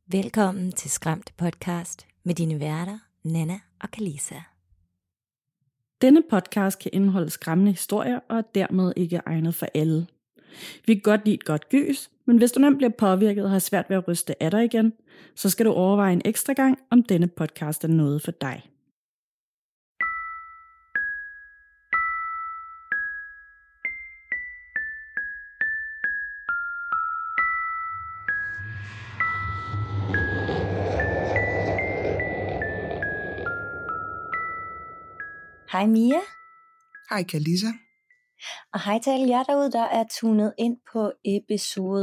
Velkommen til Skræmt Podcast med dine værter, Nana og Kalisa. Denne podcast kan indeholde skræmmende historier og er dermed ikke egnet for alle. Vi kan godt lide et godt gys, men hvis du nemt bliver påvirket og har svært ved at ryste af dig igen, så skal du overveje en ekstra gang, om denne podcast er noget for dig. Hej Mia. Hej Kalisa. Og hej til alle jer derude, der er tunet ind på episode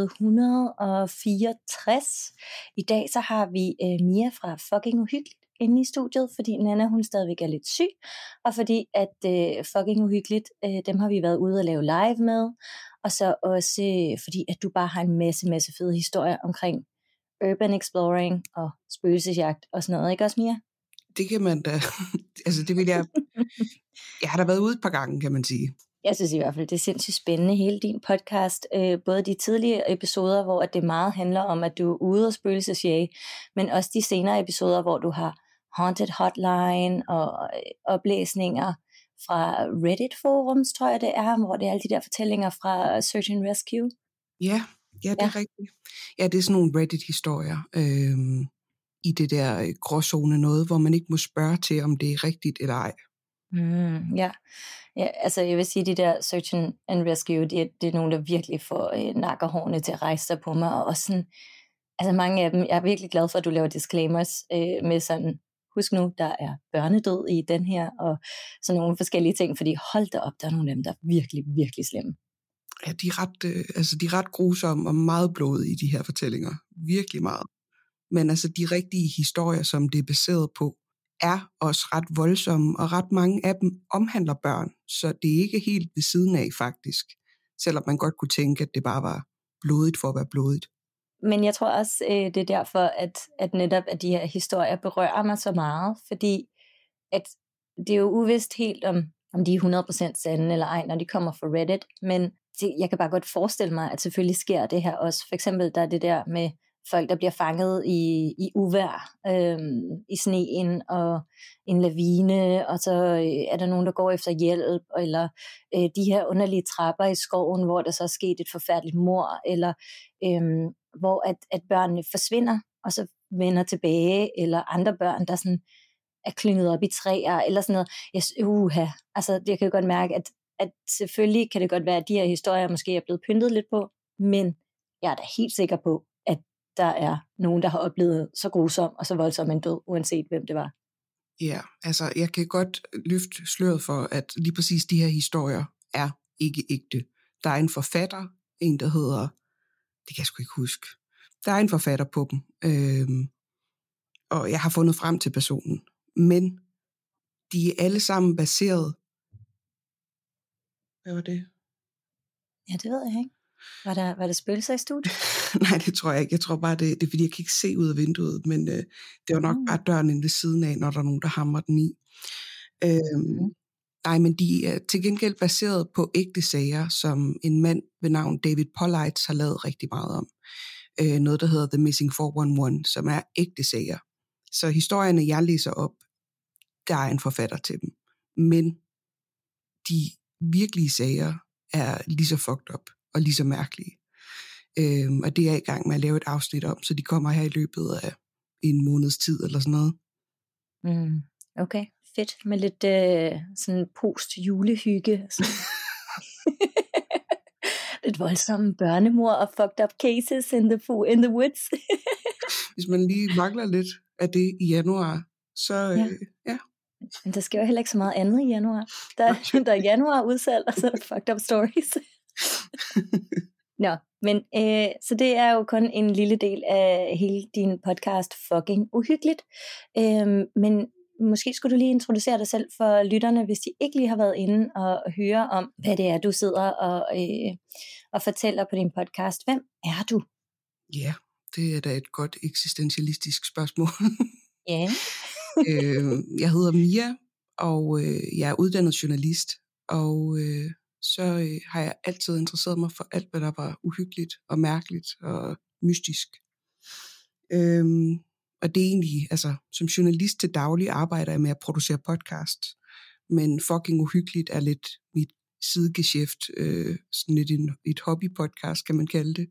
164. I dag så har vi Mia fra Fucking Uhyggeligt inde i studiet, fordi Nana hun stadigvæk er lidt syg, og fordi at Fucking Uhyggeligt, dem har vi været ude og lave live med, og så også fordi at du bare har en masse fede historier omkring urban exploring og spøgelsesjagt og sådan noget, ikke også Mia? Det kan man da, altså det vil jeg har da været ude et par gange, kan man sige. Jeg synes i hvert fald, det er sindssygt spændende, hele din podcast. Både de tidlige episoder, hvor det meget handler om, at du er ude og spøgelsesjage, men også de senere episoder, hvor du har Haunted Hotline og oplæsninger fra Reddit-forums, tror jeg det er, hvor det er alle de der fortællinger fra Search and Rescue. Ja, det er rigtigt. Ja, det er sådan nogle Reddit-historier i det der gråzone noget, hvor man ikke må spørge til, om det er rigtigt eller ej. Ja, altså jeg vil sige, de der Search and Rescue, det er nogle, der virkelig får nakkerhårene til at rejse sig på mig, og også sådan, altså mange af dem, jeg er virkelig glad for, at du laver disclaimers med sådan, husk nu, der er børnedød i den her, og sådan nogle forskellige ting, fordi hold da op, der er nogle af dem, der er virkelig slemme. Ja, de er ret grusomme og meget blodige i de her fortællinger. Virkelig meget. Men altså de rigtige historier, som det er baseret på, er også ret voldsomme, og ret mange af dem omhandler børn, så det er ikke helt ved siden af faktisk, selvom man godt kunne tænke, at det bare var blodigt for at være blodigt. Men jeg tror også, det er derfor, at netop at de her historier berører mig så meget, fordi at det er jo uvist helt, om de er 100% sande eller ej, når de kommer fra Reddit, men jeg kan bare godt forestille mig, at selvfølgelig sker det her også. For eksempel der er det der med folk, der bliver fanget i uvejr, i sneen og en lavine, og så er der nogen, der går efter hjælp, eller de her underlige trapper i skoven, hvor der så er sket et forfærdeligt mord, eller hvor at børnene forsvinder, og så vender tilbage, eller andre børn, der sådan er klynget op i træer, eller sådan noget. Altså jeg kan godt mærke, at selvfølgelig kan det godt være, at de her historier måske er blevet pyntet lidt på, men jeg er da helt sikker på, at der er nogen, der har oplevet så grusom og så voldsom en død, uanset hvem det var. Ja, altså jeg kan godt løfte sløret for, at lige præcis de her historier er ikke ægte. Der er en forfatter, en der hedder, det kan jeg sgu ikke huske, der er en forfatter på dem, og jeg har fundet frem til personen, men de er alle sammen baseret. Hvad var det? Ja, det ved jeg ikke. Var det spøgelser i studiet? Nej, det tror jeg ikke. Jeg tror bare, det er fordi, jeg kan ikke se ud af vinduet, men det var nok bare døren inde ved siden af, når der er nogen, der hamrer den i. Nej, men de er til gengæld baseret på ægte sager, som en mand ved navn David Paulides har lavet rigtig meget om. Noget, der hedder The Missing 411, som er ægte sager. Så historierne, jeg læser op, der er en forfatter til dem. Men de virkelige sager er lige så fucked up og lige så mærkelige. Og det er jeg i gang med at lave et afsnit om, så de kommer her i løbet af en måneds tid eller sådan noget. Okay, fedt. Med lidt sådan post-julehygge. Lidt voldsomme børnemor og fucked up cases in the woods. Hvis man lige mangler lidt af det i januar, så ja. Men der sker jo heller ikke så meget andet i januar. Der er januar udsalg, og så er der fucked up stories. Nå, men så det er jo kun en lille del af hele din podcast Fucking Uhyggeligt. Men måske skulle du lige introducere dig selv for lytterne, hvis de ikke lige har været inde og høre om, hvad det er, du sidder og fortæller på din podcast. Hvem er du? Ja, det er da et godt eksistentialistisk spørgsmål. Ja. Jeg hedder Mia, og jeg er uddannet journalist, og så har jeg altid interesseret mig for alt, hvad der var uhyggeligt og mærkeligt og mystisk. Og det er egentlig, altså som journalist til daglig arbejder jeg med at producere podcast, men fucking uhyggeligt er lidt mit sidegeschæft, sådan et hobbypodcast, kan man kalde det.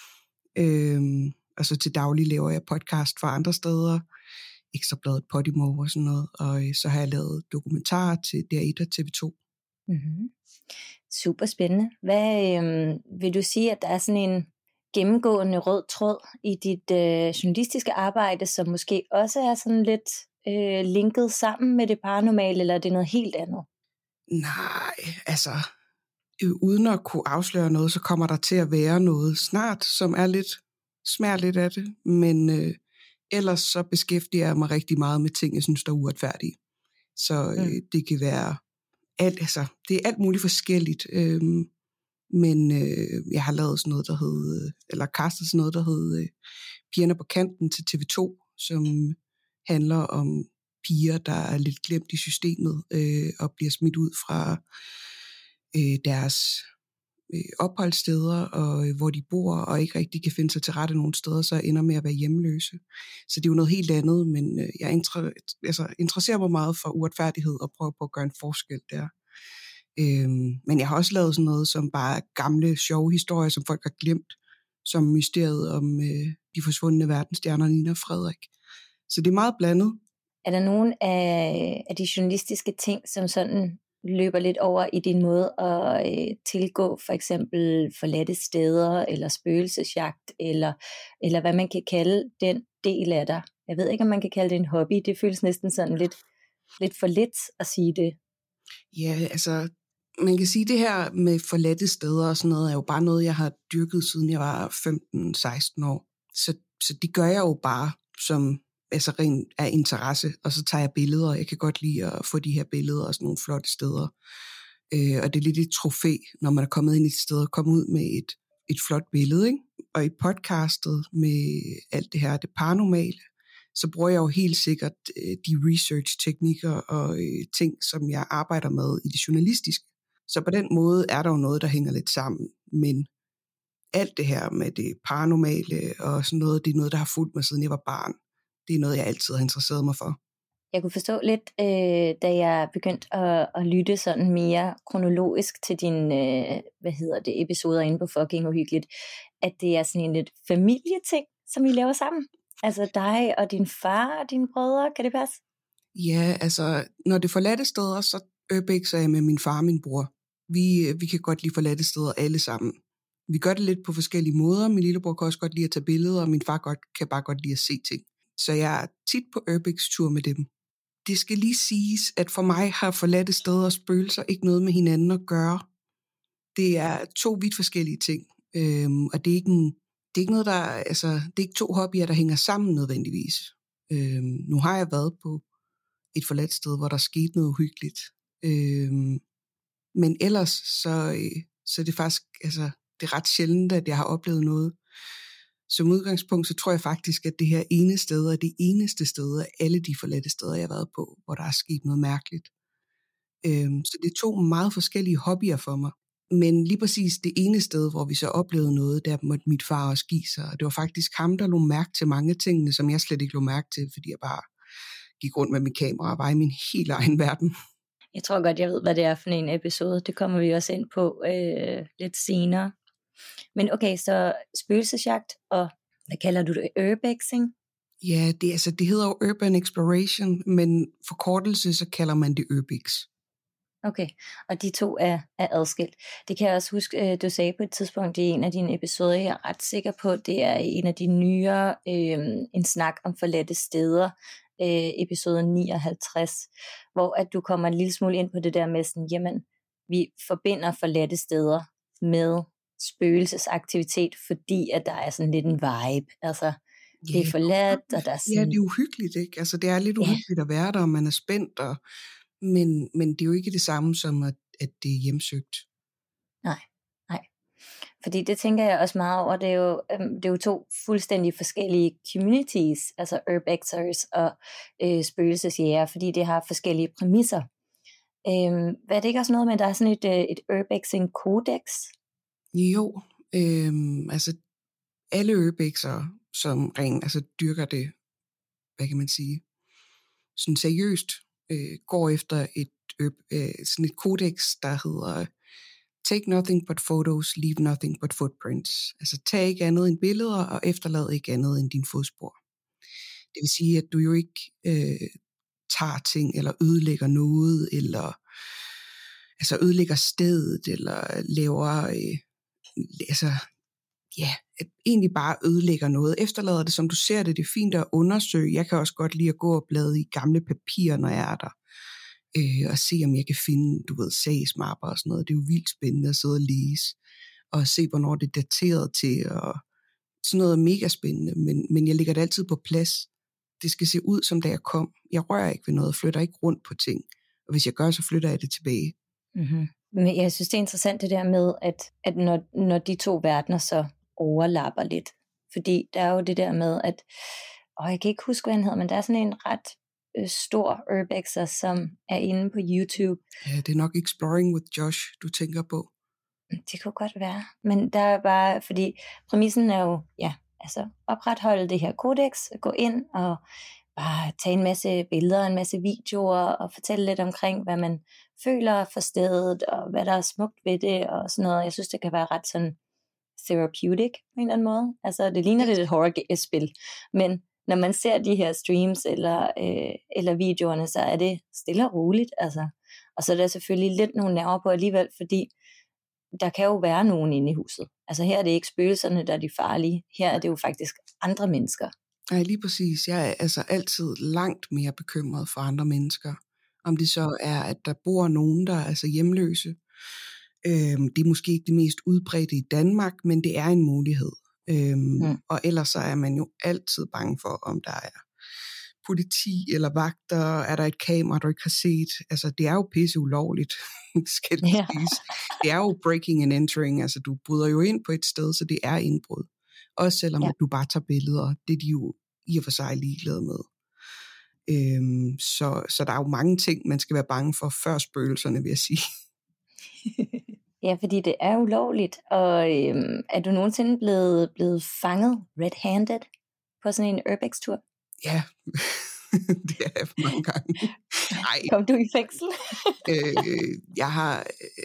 Og så til daglig laver jeg podcast fra andre steder, Ekstrabladet, Podimo og sådan noget, og så har jeg lavet dokumentarer til DR1 og TV2. Mm-hmm. Super spændende. Hvad vil du sige, at der er sådan en gennemgående rød tråd i dit journalistiske arbejde, som måske også er sådan lidt linket sammen med det paranormale, eller er det noget helt andet? Nej, altså uden at kunne afsløre noget, så kommer der til at være noget snart, som er smager lidt af det, men ellers så beskæftiger jeg mig rigtig meget med ting, jeg synes, der er uretfærdige. Så det kan være det er alt muligt forskelligt, men jeg har lavet sådan noget, der hed, eller castet sådan noget, der hed Pigerne på kanten til TV2, som handler om piger, der er lidt glemt i systemet og bliver smidt ud fra deres opholdssteder, og hvor de bor, og ikke rigtig kan finde sig til rette nogle steder, så ender med at være hjemløse. Så det er jo noget helt andet, men jeg interesserer mig meget for uretfærdighed og prøver på at gøre en forskel der. Men jeg har også lavet sådan noget, som bare er gamle, sjove historier, som folk har glemt, som mysteriet om de forsvundne verdensstjerner Nina og Frederik. Så det er meget blandet. Er der nogle af de journalistiske ting, som sådan løber lidt over i din måde at tilgå for eksempel forladte steder, eller spøgelsesjagt, eller hvad man kan kalde den del af dig? Jeg ved ikke, om man kan kalde det en hobby. Det føles næsten sådan lidt for let at sige det. Ja, altså man kan sige, det her med forladte steder og sådan noget, er jo bare noget, jeg har dyrket, siden jeg var 15-16 år. Så det gør jeg jo bare som ren af interesse, og så tager jeg billeder. Jeg kan godt lide at få de her billeder og sådan nogle flotte steder. Og det er lidt et trofæ, når man er kommet ind i et sted og kommet ud med et flot billede, ikke? Og i podcastet med alt det her, det paranormale, så bruger jeg jo helt sikkert de research-teknikker og ting, som jeg arbejder med i det journalistiske. Så på den måde er der jo noget, der hænger lidt sammen. Men alt det her med det paranormale og sådan noget, det er noget, der har fulgt mig, siden jeg var barn. Det er noget, jeg altid har interesseret mig for. Jeg kunne forstå lidt, da jeg begyndte at lytte sådan mere kronologisk til dine episoder inde på Fucking Uhyggeligt, at det er sådan en lidt familieting, som I laver sammen. Altså dig og din far og dine brødre, kan det passe? Ja, altså når det er forladte steder, så urbexer jeg med min far og min bror. Vi kan godt lide forladte steder alle sammen. Vi gør det lidt på forskellige måder. Min lillebror kan også godt lide at tage billeder, og min far kan bare godt lide at se ting. Så jeg er tit på urbex-tur med dem. Det skal lige siges, at for mig har forladte steder og spøgelser ikke noget med hinanden at gøre. Det er to vidt forskellige ting. Og det er ikke noget, det er ikke to hobbyer, der hænger sammen nødvendigvis. Nu har jeg været på et forladt sted, hvor der skete noget uhyggeligt. Men ellers så er det faktisk, det er ret sjældent, at jeg har oplevet noget. Som udgangspunkt, så tror jeg faktisk, at det her ene sted er det eneste sted af alle de forladte steder, jeg har været på, hvor der er sket noget mærkeligt. Så det er to meget forskellige hobbyer for mig. Men lige præcis det ene sted, hvor vi så oplevede noget, der måtte mit far også give sig. Og det var faktisk ham, der lå mærke til mange tingene, som jeg slet ikke lå mærke til, fordi jeg bare gik rundt med min kamera og var i min helt egen verden. Jeg tror godt, jeg ved, hvad det er for en episode. Det kommer vi også ind på lidt senere. Men okay, så spøgelsesjagt, og hvad kalder du det? Urbexing? Ja, det hedder jo Urban Exploration, men forkortelse, så kalder man det urbex. Okay, og de to er adskilt. Det kan jeg også huske, du sagde på et tidspunkt i en af dine episoder, jeg er ret sikker på, det er en af de nyere, en snak om forladte steder, episode 59, hvor at du kommer en lille smule ind på det der med sådan, jamen, vi forbinder forladte steder med spøgelsesaktivitet, fordi at der er sådan lidt en vibe, altså det er forladt, og der er sådan... Ja, det er uhyggeligt, ikke? Altså det er lidt uhyggeligt at være der, og man er spændt, men det er jo ikke det samme som, at det er hjemsøgt. Nej. Fordi det tænker jeg også meget over, det er jo to fuldstændig forskellige communities, altså urbexers og spøgelsesjæger, fordi det har forskellige præmisser. Er det ikke også noget med, at der er sådan et urbexing-kodex? Jo, alle urbexere, som dyrker det, hvad kan man sige, sådan seriøst, går efter sådan et kodex, der hedder Take nothing but photos, leave nothing but footprints. Altså tag ikke andet end billeder, og efterlad ikke andet end dine fodspor. Det vil sige, at du jo ikke tager ting, eller ødelægger noget, eller ødelægger stedet, eller laver, at egentlig bare ødelægger noget. Efterlader det, som du ser det, det er fint at undersøge. Jeg kan også godt lide at gå og blade i gamle papirer, når jeg er der, og se, om jeg kan finde, sagsmapper og sådan noget. Det er jo vildt spændende at sidde og læse, og se, hvornår det er dateret til, og sådan noget er mega spændende, men jeg lægger det altid på plads. Det skal se ud, som da jeg kom. Jeg rører ikke ved noget, flytter ikke rundt på ting, og hvis jeg gør, så flytter jeg det tilbage. Mm-hmm. Men jeg synes, det er interessant det der med, at når de to verdener så overlapper lidt, fordi der er jo det der med, at, jeg kan ikke huske, hvad han hedder, men der er sådan en ret stor urbexer, som er inde på YouTube. Ja, det er nok Exploring with Josh, du tænker på. Det kunne godt være, men der er bare, fordi præmissen er jo, opretholde det her kodex, gå ind og bare tage en masse billeder, en masse videoer, og fortælle lidt omkring, hvad man føler for stedet, og hvad der er smukt ved det, og sådan noget. Jeg synes, det kan være ret sådan therapeutic på en eller anden måde. Altså, det ligner lidt et horror-spil, men når man ser de her streams eller videoerne, så er det stille og roligt, altså. Og så er der selvfølgelig lidt nogle nerver på alligevel, fordi der kan jo være nogen inde i huset. Altså her er det ikke spøgelserne, der er de farlige. Her er det jo faktisk andre mennesker. Nej, lige præcis. Jeg er altid langt mere bekymret for andre mennesker. Om det så er, at der bor nogen, der er hjemløse. Det er måske ikke det mest udbredte i Danmark, men det er en mulighed. Og ellers så er man jo altid bange for, om der er politi eller vagter, er der et kamera, du ikke har set. Altså, det er jo pisse ulovligt, skal det siges. Det er jo breaking and entering, altså du bryder jo ind på et sted, så det er indbrud. Også selvom at du bare tager billeder, det er de jo i og for sig ligeglade med. Så der er jo mange ting, man skal være bange for, før spøgelserne, vil jeg sige. Ja, fordi det er ulovligt, og er du nogensinde blevet fanget red-handed på sådan en urbex-tur? Ja, det er jeg mange gange. Ej. Kom du i fængsel? Jeg har,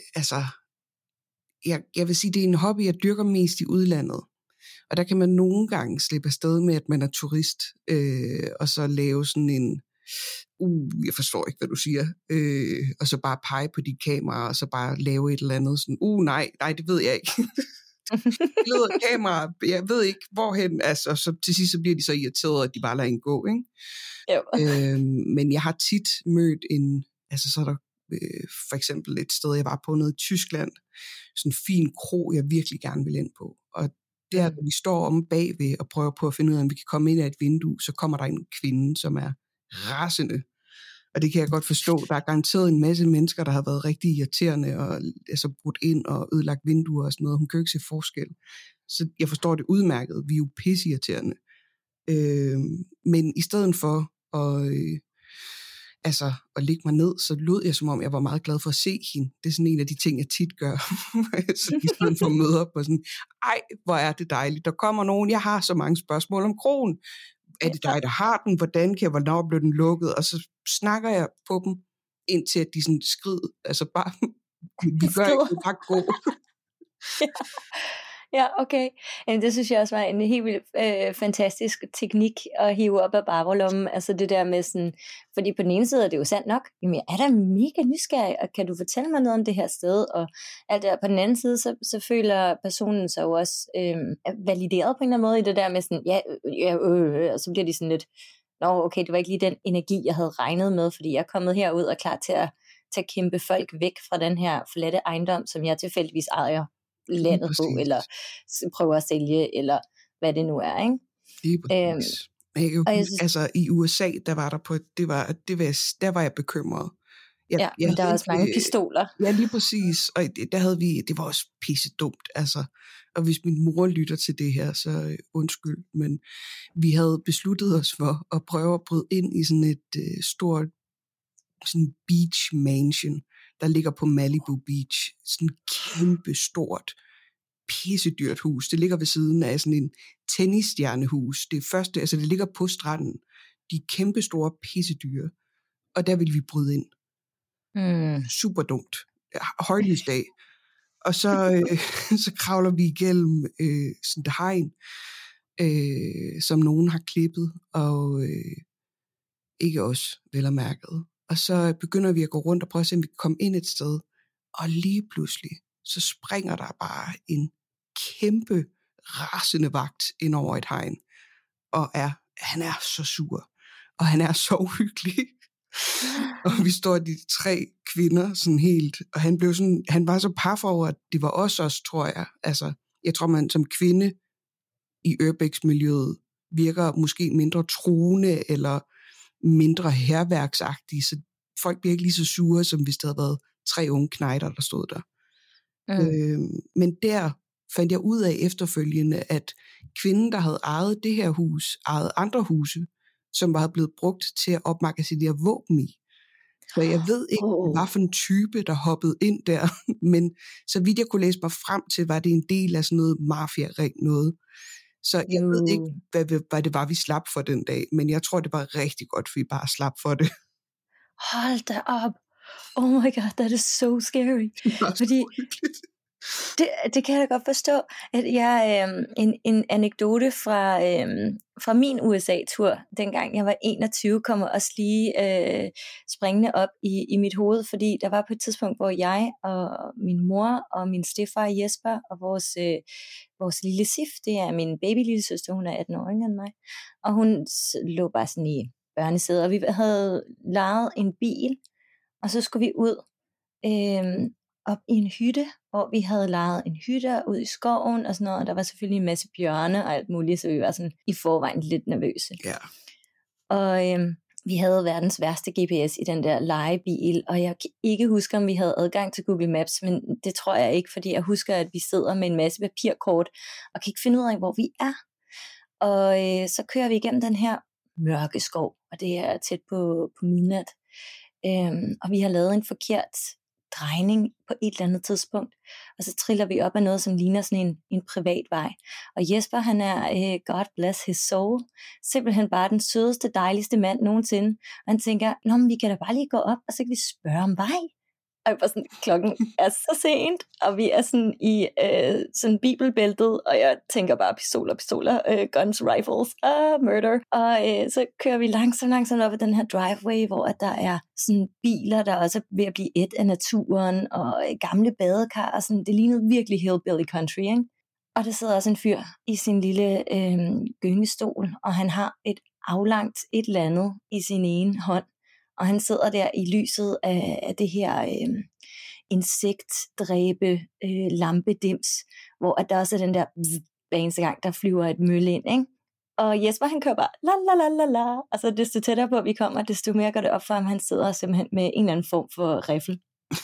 jeg vil sige, det er en hobby, jeg dyrker mest i udlandet. Og der kan man nogle gange slippe afsted med, at man er turist, og så lave sådan en, jeg forstår ikke, hvad du siger, og så bare pege på de kameraer, og så bare lave et eller andet sådan, nej, det ved jeg ikke. Billeder af kameraer, jeg ved ikke, hvorhen, altså, så til sidst så bliver de så irriteret, at de bare lader en gå, ikke? Jo. Men jeg har tit mødt så er der for eksempel et sted, jeg var på nede i Tyskland, sådan en fin kro, jeg virkelig gerne vil ind på, og der, når vi står om bagved og prøver på at finde ud af, om vi kan komme ind af et vindue, så kommer der en kvinde, som er rasende. Og det kan jeg godt forstå. Der er garanteret en masse mennesker, der har været rigtig irriterende og brudt ind og ødelagt vinduer og sådan noget. Hun kan jo ikke se forskel. Så jeg forstår det udmærket. Vi er jo pisseirriterende. Men i stedet for at lægge mig ned, så lød jeg, som om jeg var meget glad for at se hende. Det er sådan en af de ting, jeg tit gør. Så i stedet for at møde op og sådan, ej, hvor er det dejligt. Der kommer nogen, jeg har så mange spørgsmål om kroen. Er det dig, der har den? Hvornår blev den lukket? Og så snakker jeg på dem, indtil at de sådan skrider. Altså bare, vi gør ikke, bare gå. Ja, okay. Det synes jeg også var en helt vildt fantastisk teknik at hive op af barberlommen. Altså det der med sådan, fordi på den ene side er det jo sandt nok, jamen jeg er da mega nysgerrig, og kan du fortælle mig noget om det her sted? Og alt der. På den anden side, så føler personen sig jo også valideret på en eller anden måde i det der med sådan, og så bliver de sådan lidt, okay, det var ikke lige den energi, jeg havde regnet med, fordi jeg er kommet herud og klar til at kæmpe folk væk fra den her forladte ejendom, som jeg tilfældigvis ejer landet på, eller prøver at sælge, eller hvad det nu er, ikke? I USA, der var der på, der var jeg bekymret. Men der er også mange pistoler. Ja, lige præcis, og der havde vi, det var også pisse dumt, og hvis min mor lytter til det her, så undskyld, men vi havde besluttet os for at prøve at bryde ind i sådan et stort sådan beach mansion, der ligger på Malibu Beach, sådan kæmpe stort pissedyrt hus. Det ligger ved siden af sådan en tennisstjernehus. Det første, altså det ligger på stranden. De er kæmpestore pissedyre. Og der vil vi bryde ind. Super dumt. Højlysdag. Og så kravler vi igennem sådan et hegn, som nogen har klippet, og ikke os, vel og mærket. Og så begynder vi at gå rundt og prøve at se, om vi kan komme ind et sted. Og lige pludselig, så springer der bare en kæmpe rasende vagt ind over et hegn. Og han er så sur. Og han er så uhyggelig. Og vi står de 3 kvinder sådan helt, og han var så paf over, at det var os, tror jeg. Altså, jeg tror, man som kvinde i Urbex-miljøet virker måske mindre truende, eller mindre hærværksagtige, så folk bliver ikke lige så sure, som hvis det havde været 3 unge knejder, der stod der. Men der fandt jeg ud af efterfølgende, at kvinden, der havde ejet det her hus, ejede andre huse, som var blevet brugt til at opmagasinere våben i. Så jeg ved ikke, hvad for en type, der hoppede ind der, men så vidt jeg kunne læse mig frem til, var det en del af sådan noget mafia-ring noget. Så jeg ved ikke, hvad det var, vi slap for den dag, men jeg tror, det var rigtig godt, for vi bare slap for det. Hold da op. Oh my god, that is so scary. Fordi det kan jeg da godt forstå, at jeg en anekdote fra min USA-tur, dengang jeg var 21, kommer også lige springende op i mit hoved, fordi der var på et tidspunkt, hvor jeg og min mor og min stedfar Jesper og vores lille Sif, det er min baby-lillesøster, hun er 18 år yngre end mig, og hun lå bare sådan i børnesædet, og vi havde lejet en bil, og så skulle vi ud op i en hytte, hvor vi havde lejet en hytte ud i skoven og sådan noget, og der var selvfølgelig en masse bjørne og alt muligt, så vi var sådan i forvejen lidt nervøse. Yeah. Og vi havde verdens værste GPS i den der lejebil, og jeg kan ikke huske, om vi havde adgang til Google Maps, men det tror jeg ikke, fordi jeg husker, at vi sidder med en masse papirkort og kan ikke finde ud af, hvor vi er. Og så kører vi igennem den her mørke skov, og det er tæt på midnat. Og vi har lavet en forkert drejning på et eller andet tidspunkt, og så triller vi op af noget, som ligner sådan en privat vej. Og Jesper, han er, God bless his soul, simpelthen bare den sødeste, dejligste mand nogensinde. Og han tænker, nå, men vi kan da bare lige gå op, og så kan vi spørge om vej. Og jeg var sådan, klokken er så sent, og vi er sådan i sådan bibelbæltet, og jeg tænker bare pistoler, guns, rifles, murder. Og så kører vi langsomt op ad den her driveway, hvor der er sådan biler, der også er ved at blive et af naturen, og gamle badekar, og sådan, det lignede virkelig hillbilly country, ikke? Og der sidder også en fyr i sin lille gyngestol, og han har et aflangt et eller andet i sin ene hånd. Og han sidder der i lyset af det her insektdræbe lampedims, hvor der også er den der hver eneste gang, der flyver et møl ind, ikke? Og Jesper, han kører bare la la la la la. Altså desto tættere på vi kommer, desto mere går det op for ham. Han sidder simpelthen med en eller anden form for riffel.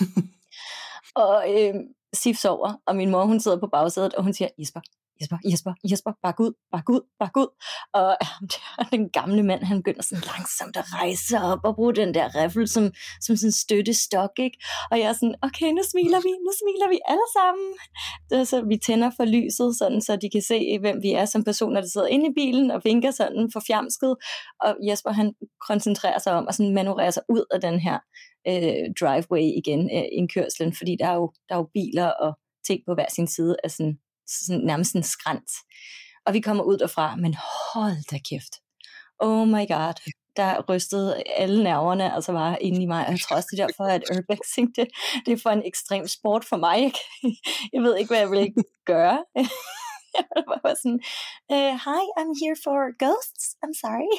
Og Sif sover, og min mor, hun sidder på bagsædet, og hun siger, Jesper, bak ud. Og den gamle mand, han begynder sådan langsomt at rejse sig op og bruge den der riffel som sådan en støttestok, ikke? Og jeg er sådan, okay, nu smiler vi alle sammen. Så vi tænder for lyset, sådan, så de kan se, hvem vi er som personer, der sidder inde i bilen og vinker sådan forfjamsket. Og Jesper, han koncentrerer sig om at sådan manøvrere sig ud af den her driveway igen, indkørslen, fordi der er jo biler og ting på hver sin side af sådan nærmest en skrant. Og vi kommer ud derfra, men hold da kæft. Oh my god. Der rystede alle nerverne, altså var inde i mig. Og jeg tror også, det er derfor, at urbexing, det er for en ekstrem sport for mig. Jeg ved ikke, hvad jeg vil gøre. Jeg var bare sådan, hi, I'm here for ghosts. I'm sorry.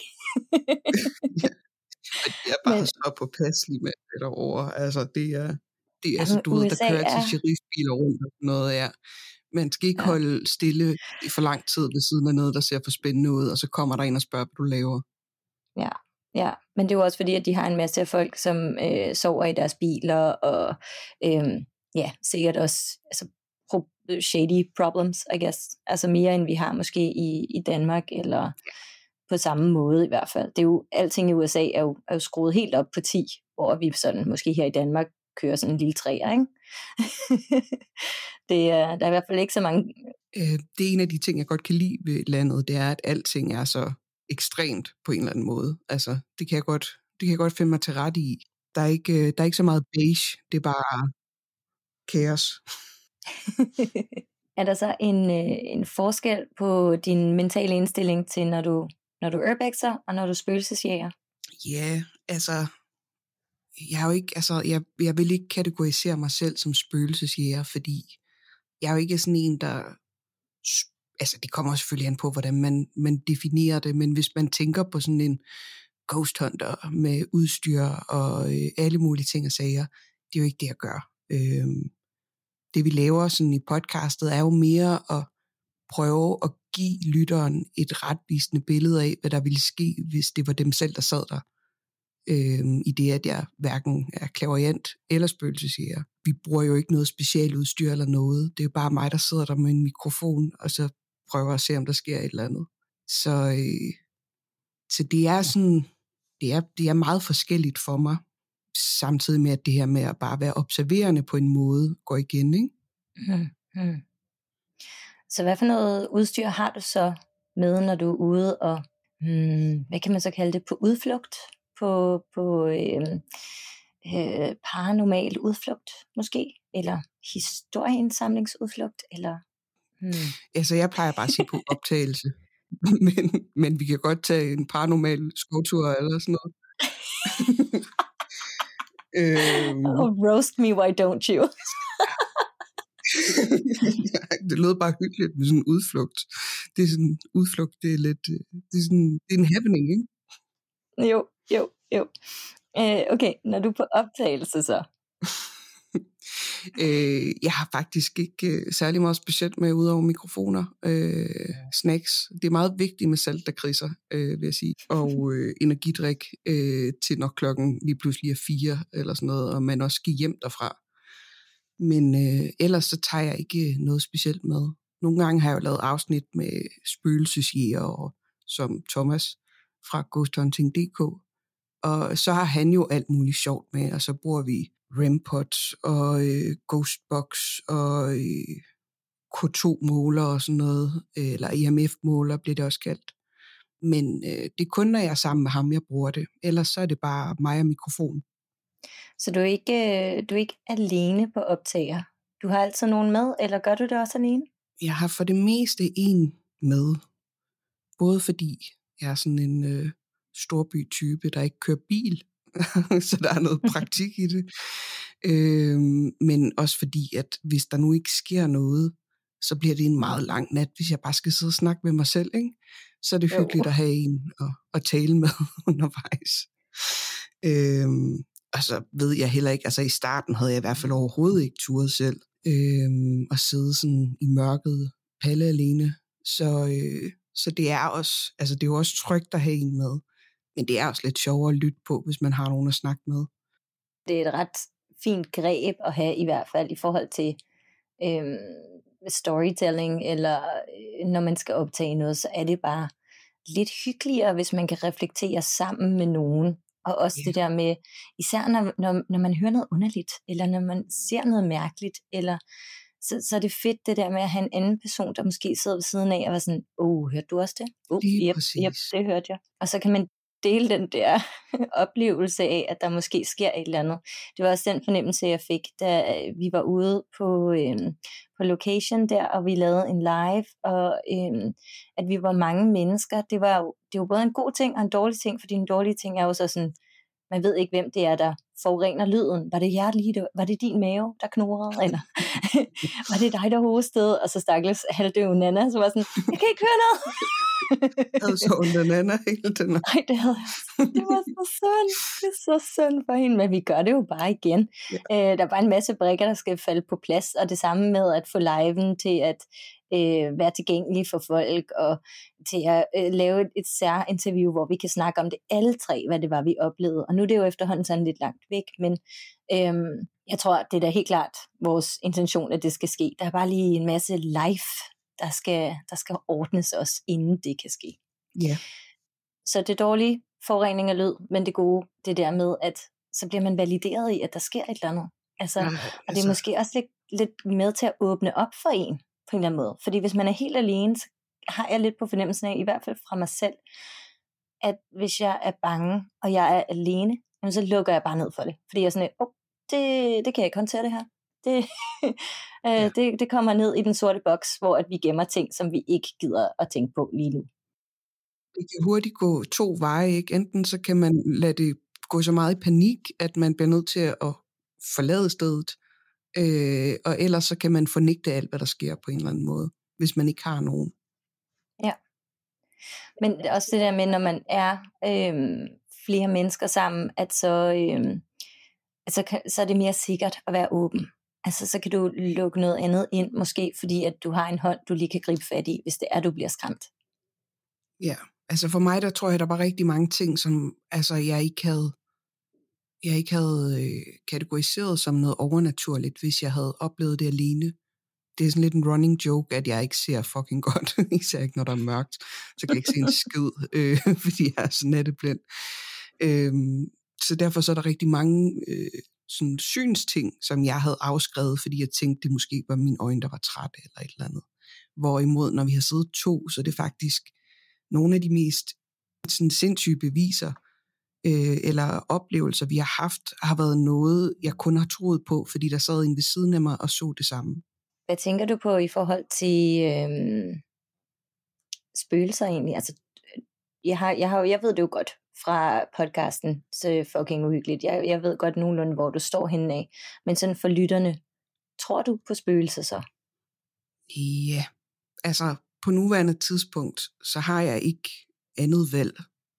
Jeg er bare så påpasselig med det derovre. Altså, det er så, du ved, der kører til sheriffbiler rundt og noget af. Man skal ikke holde stille i for lang tid ved siden af noget, der ser for spændende ud, og så kommer der en og spørger, hvad du laver. Ja, men det er jo også fordi, at de har en masse folk, som sover i deres biler, og sikkert også altså, shady problems, I guess. Altså mere, end vi har måske i Danmark, eller på samme måde i hvert fald. Det er jo, alting i USA er jo skruet helt op på 10, hvor vi sådan, måske her i Danmark, køre sådan en lille træer, ikke? Der er i hvert fald ikke så mange... Det er en af de ting, jeg godt kan lide ved landet, det er, at alting er så ekstremt på en eller anden måde. Altså, det kan jeg godt finde mig til rette i. Der er ikke så meget beige, det er bare kaos. Er der så en forskel på din mentale indstilling til, når du urbexer, og når du spøgelsesjæger? Ja, altså, jeg vil ikke kategorisere mig selv som spøgelsesjæger, fordi jeg er jo ikke sådan en, der... Altså, det kommer selvfølgelig an på, hvordan man definerer det, men hvis man tænker på sådan en ghost hunter med udstyr og alle mulige ting og sager, det er jo ikke det, jeg gør. Det vi laver sådan i podcastet er jo mere at prøve at give lytteren et retvisende billede af, hvad der ville ske, hvis det var dem selv, der sad der. I det, at jeg hverken er clairvoyant eller spøgelsesjæger. Vi bruger jo ikke noget specialudstyr eller noget. Det er jo bare mig, der sidder der med en mikrofon, og så prøver at se, om der sker et eller andet. Så det er sådan, det er meget forskelligt for mig, samtidig med, at det her med at bare være observerende på en måde går igen, ikke? Mm. Så hvad for noget udstyr har du så med, når du er ude og, hvad kan man så kalde det, på udflugt? På paranormal udflugt måske? Eller historieindsamlingsudflugt? Eller, Altså jeg plejer bare at sige på optagelse. men vi kan godt tage en paranormal skovtur eller sådan noget. Roast me, why don't you? Det lød bare hyggeligt med sådan en udflugt. Det er sådan en udflugt, det er lidt, det er en happening, ikke? Jo. Okay, når du er på optagelse så? Jeg har faktisk ikke særlig meget specielt med udover mikrofoner, snacks. Det er meget vigtigt med saltlakridser, vil jeg sige, og energidrik til når klokken lige pludselig er 4 eller sådan noget, og man også skal hjem derfra. Men ellers så tager jeg ikke noget specielt med. Nogle gange har jeg jo lavet afsnit med spøgelsesjæger, som Thomas fra ghosthunting.dk, og så har han jo alt muligt sjovt med, og så bruger vi REM-pods og Ghostbox og K2-måler og sådan noget, eller EMF-måler bliver det også kaldt. Men det er kun, når jeg er sammen med ham, jeg bruger det. Ellers så er det bare mig og mikrofon. Så du er ikke alene på optager? Du har altid nogen med, eller gør du det også alene? Jeg har for det meste en med. Både fordi jeg er sådan en storby-type, der ikke kører bil, så der er noget praktik i det. Men også fordi, at hvis der nu ikke sker noget, så bliver det en meget lang nat, hvis jeg bare skal sidde og snakke med mig selv, ikke? Så er det hyggeligt at have en at tale med undervejs. Og så ved jeg heller ikke, altså i starten havde jeg i hvert fald overhovedet ikke turet selv at sidde sådan i mørket palle alene. Så det er også, altså det er jo også trygt at have en med. Men det er også lidt sjovere at lytte på, hvis man har nogen at snakke med. Det er et ret fint greb at have, i hvert fald i forhold til storytelling, eller når man skal optage noget, så er det bare lidt hyggeligere, hvis man kan reflektere sammen med nogen. Og også det der med, især når man hører noget underligt, eller når man ser noget mærkeligt, eller så er det fedt det der med at have en anden person, der måske sidder ved siden af og var sådan, hørte du også det? Yep, det hørte jeg. Og så kan man dele den der oplevelse af, at der måske sker et eller andet. Det var også den fornemmelse, jeg fik, da vi var ude på location der, og vi lavede en live, og at vi var mange mennesker. Det var jo både en god ting og en dårlig ting, fordi en dårlig ting er jo så sådan, man ved ikke, hvem det er, der forurener lyden. Var det hjerteligt? Var det din mave, der knurrede? Eller var det dig, der hostede? Og så stakkels halvdøve Nana, så var sådan, jeg kan ikke høre noget. Jeg havde så ondt af Nana hele tiden. Nej, det havde jeg. Det var så synd. Det er så synd for hende, men vi gør det jo bare igen. Ja. Der er bare en masse brikker, der skal falde på plads, og det samme med at få liven til at være tilgængelig for folk, og til at lave et særinterview, hvor vi kan snakke om det alle tre, hvad det var, vi oplevede. Og nu er det jo efterhånden sådan lidt langt væk, men jeg tror, det er da helt klart vores intention, at det skal ske. Der er bare lige en masse live, der skal ordnes os, inden det kan ske. Yeah. Så det dårlige, forurening af lyd, men det gode, det der med, at så bliver man valideret i, at der sker et eller andet. Altså, og det er måske også lidt med til at åbne op for en, på en eller anden måde. Fordi hvis man er helt alene, så har jeg lidt på fornemmelsen af, i hvert fald fra mig selv, at hvis jeg er bange, og jeg er alene, så lukker jeg bare ned for det. Fordi jeg er sådan det kan jeg ikke håndtere det her. Det kommer ned i den sorte boks, hvor at vi gemmer ting, som vi ikke gider at tænke på lige nu. Det kan hurtigt gå to veje, ikke? Enten så kan man lade det gå så meget i panik, at man bliver nødt til at forlade stedet, og ellers så kan man fornægte alt, hvad der sker på en eller anden måde, hvis man ikke har nogen. Ja. Men også det der med, når man er flere mennesker sammen, at så er det mere sikkert at være åben. Altså, så kan du lukke noget andet ind, måske fordi, at du har en hånd, du lige kan gribe fat i, hvis det er, du bliver skræmt. Ja, altså for mig, der tror jeg, der var rigtig mange ting, som altså, jeg ikke havde kategoriseret som noget overnaturligt, hvis jeg havde oplevet det alene. Det er sådan lidt en running joke, at jeg ikke ser fucking godt, især ikke, når der er mørkt, så kan jeg ikke se en skid, fordi jeg er så natteblind. Så derfor så er der rigtig mange sådan synsting, som jeg havde afskrevet, fordi jeg tænkte, det måske var mine øjne, der var trætte eller et eller andet. Hvorimod, når vi har siddet to, så er det faktisk nogle af de mest sådan sindssyge beviser, eller oplevelser, vi har haft, har været noget, jeg kun har troet på, fordi der sad en ved siden af mig og så det samme. Hvad tænker du på i forhold til spøgelser egentlig? Altså, jeg ved det jo godt fra podcasten, så fucking uhyggeligt. Jeg ved godt nogenlunde, hvor du står henne af. Men sådan for lytterne, tror du på spøgelser så? Ja, altså på nuværende tidspunkt, så har jeg ikke andet valg.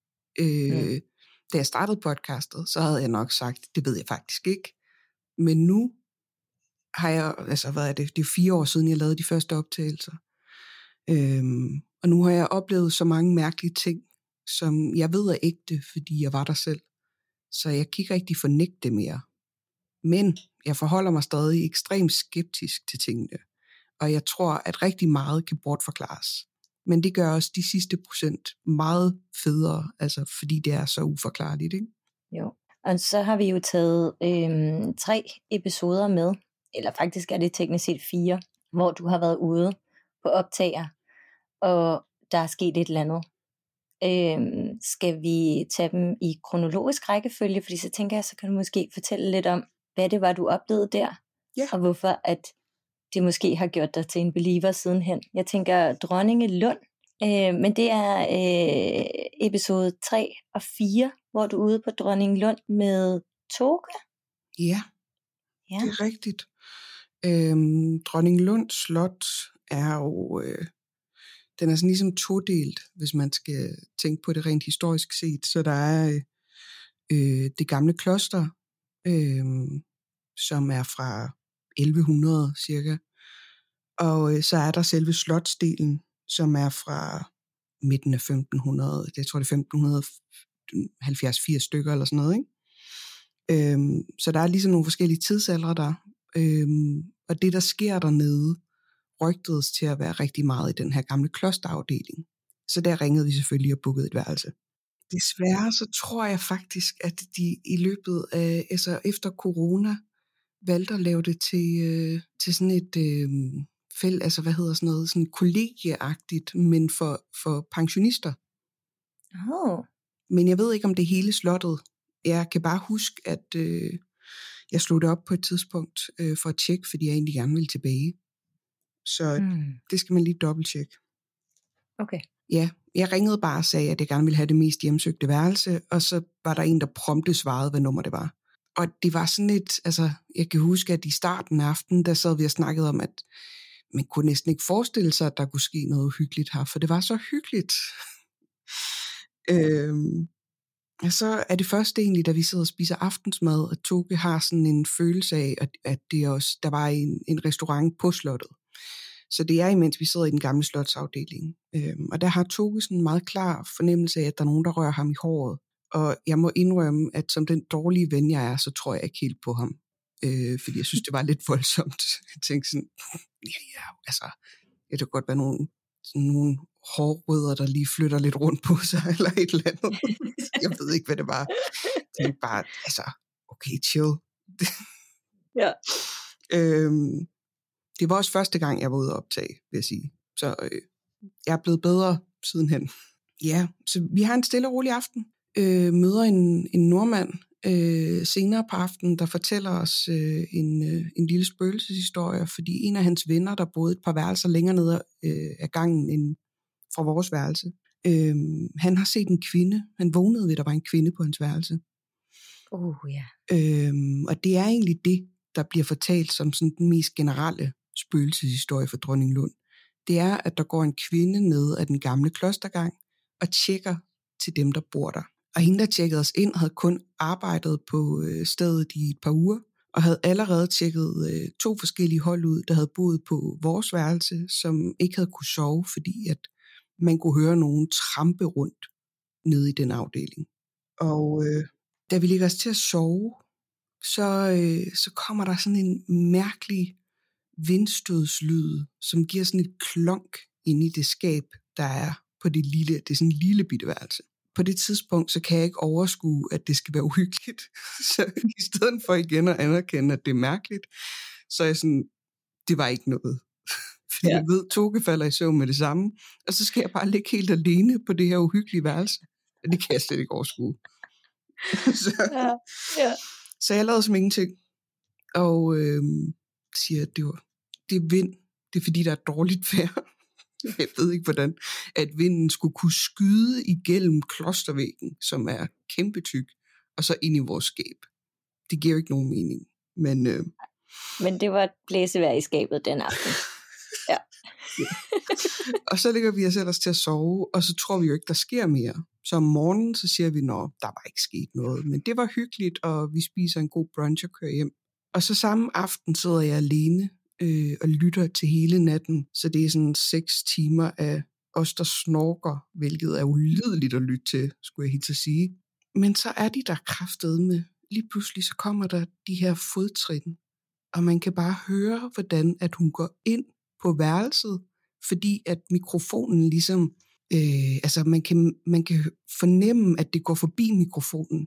Da jeg startede podcastet, så havde jeg nok sagt, det ved jeg faktisk ikke. Men nu har jeg, altså hvad er det? Det er 4 år siden, jeg lavede de første optagelser. Og nu har jeg oplevet så mange mærkelige ting, som jeg ved er ægte, fordi jeg var der selv. Så jeg kan ikke rigtig fornægte det mere. Men jeg forholder mig stadig ekstremt skeptisk til tingene. Og jeg tror, at rigtig meget kan bortforklares. Men det gør også de sidste procent meget federe, altså fordi det er så uforklarligt, ikke? Jo, og så har vi jo taget 3 episoder med, eller faktisk er det teknisk set 4, hvor du har været ude på optager, og der er sket et eller andet. Skal vi tage dem i kronologisk rækkefølge, fordi så tænker jeg, så kan du måske fortælle lidt om, hvad det var, du oplevede der, og hvorfor at det måske har gjort dig til en believer sidenhen. Jeg tænker Dronningelund, men det er episode 3 og 4, hvor du er ude på Dronningelund med Toke. Ja, det er rigtigt. Dronningelund Slot er jo, den er sådan ligesom todelt, hvis man skal tænke på det rent historisk set. Så der er det gamle kloster, som er fra 1100 cirka. Og så er der selve slotsdelen, som er fra midten af 1500, jeg tror det er 1570-80 stykker eller sådan noget, ikke? Så der er ligesom nogle forskellige tidsaldre der. Og det, der sker dernede, rygtedes til at være rigtig meget i den her gamle klosterafdeling. Så der ringede vi selvfølgelig og bookede et værelse. Desværre så tror jeg faktisk, at de i løbet af, altså efter corona, valgte at lave det til sådan et altså hvad hedder sådan noget, sådan kollegieagtigt, men for pensionister. Men jeg ved ikke, om det hele slottet. Jeg kan bare huske, at jeg slog det op på et tidspunkt for at tjekke, fordi jeg egentlig gerne ville tilbage. Så det skal man lige dobbelttjekke. Okay. Ja, jeg ringede bare og sagde, at jeg gerne ville have det mest hjemsøgte værelse, og så var der en, der prompte svarede, hvad nummer det var. Og det var sådan et, altså jeg kan huske, at i starten af aftenen, der sad vi og snakkede om, at man kunne næsten ikke forestille sig, at der kunne ske noget hyggeligt her, for det var så hyggeligt. Og så er det først egentlig, da vi sidder og spiser aftensmad, at Toke har sådan en følelse af, at det også, der var en restaurant på slottet. Så det er imens vi sidder i den gamle slotsafdeling. Og der har Toke sådan en meget klar fornemmelse af, at der er nogen, der rører ham i håret. Og jeg må indrømme, at som den dårlige ven, jeg er, så tror jeg ikke helt på ham. Fordi jeg synes, det var lidt voldsomt. Jeg tænkte sådan, altså, det kan godt være nogle hårrødder, der lige flytter lidt rundt på sig, eller et eller andet. Jeg ved ikke, hvad det var. Jeg tænkte bare, altså, okay, chill. Ja. Det var også første gang, jeg var ude at optage, vil jeg sige. Så jeg er blevet bedre sidenhen. Ja, så vi har en stille og rolig aften. Møder en nordmand senere på aftenen, der fortæller os en lille spøgelseshistorie, fordi en af hans venner, der boede et par værelser længere nede af gangen end fra vores værelse, han har set en kvinde. Han vågnede ved, at der var en kvinde på hans værelse. Ja. Og det er egentlig det, der bliver fortalt som sådan den mest generelle spøgelseshistorie for Dronninglund. Det er, at der går en kvinde ned ad den gamle klostergang og tjekker til dem, der bor der. Og hende, der tjekkede os ind, havde kun arbejdet på stedet i et par uger, og havde allerede tjekket 2 forskellige hold ud, der havde boet på vores værelse, som ikke havde kunne sove, fordi at man kunne høre nogen trampe rundt nede i den afdeling. Og da vi ligger os til at sove, så kommer der sådan en mærkelig vindstødslyd, som giver sådan et klonk inde i det skab, der er på det er sådan en lille bitte værelse. På det tidspunkt, så kan jeg ikke overskue, at det skal være uhyggeligt. Så i stedet for igen at anerkende, at det er mærkeligt, så er jeg sådan, det var ikke noget. Fordi jeg ved, Toge falder i søvn med det samme, og så skal jeg bare ligge helt alene på det her uhyggelige værelse. Og det kan jeg slet ikke overskue. Så jeg lavede som ingenting, og siger, at det er vind. Det er fordi, der er dårligt vejr. Jeg ved ikke, hvordan. At vinden skulle kunne skyde igennem klostervæggen, som er kæmpe tyk, og så ind i vores skab. Det giver jo ikke nogen mening. Men det var et blæsevejr i skabet den aften. Ja. Og så ligger vi os ellers til at sove, og så tror vi jo ikke, der sker mere. Så om morgenen, så siger vi, der var ikke sket noget. Men det var hyggeligt, og vi spiser en god brunch og kører hjem. Og så samme aften sidder jeg alene og lytter til hele natten. Så det er sådan 6 timer af os, der snorker, hvilket er ulideligt at lytte til, skulle jeg helt til at sige. Men så er de der kraftedme. Lige pludselig så kommer der de her fodtrin, og man kan bare høre, hvordan at hun går ind på værelset, fordi at mikrofonen ligesom, man kan fornemme, at det går forbi mikrofonen.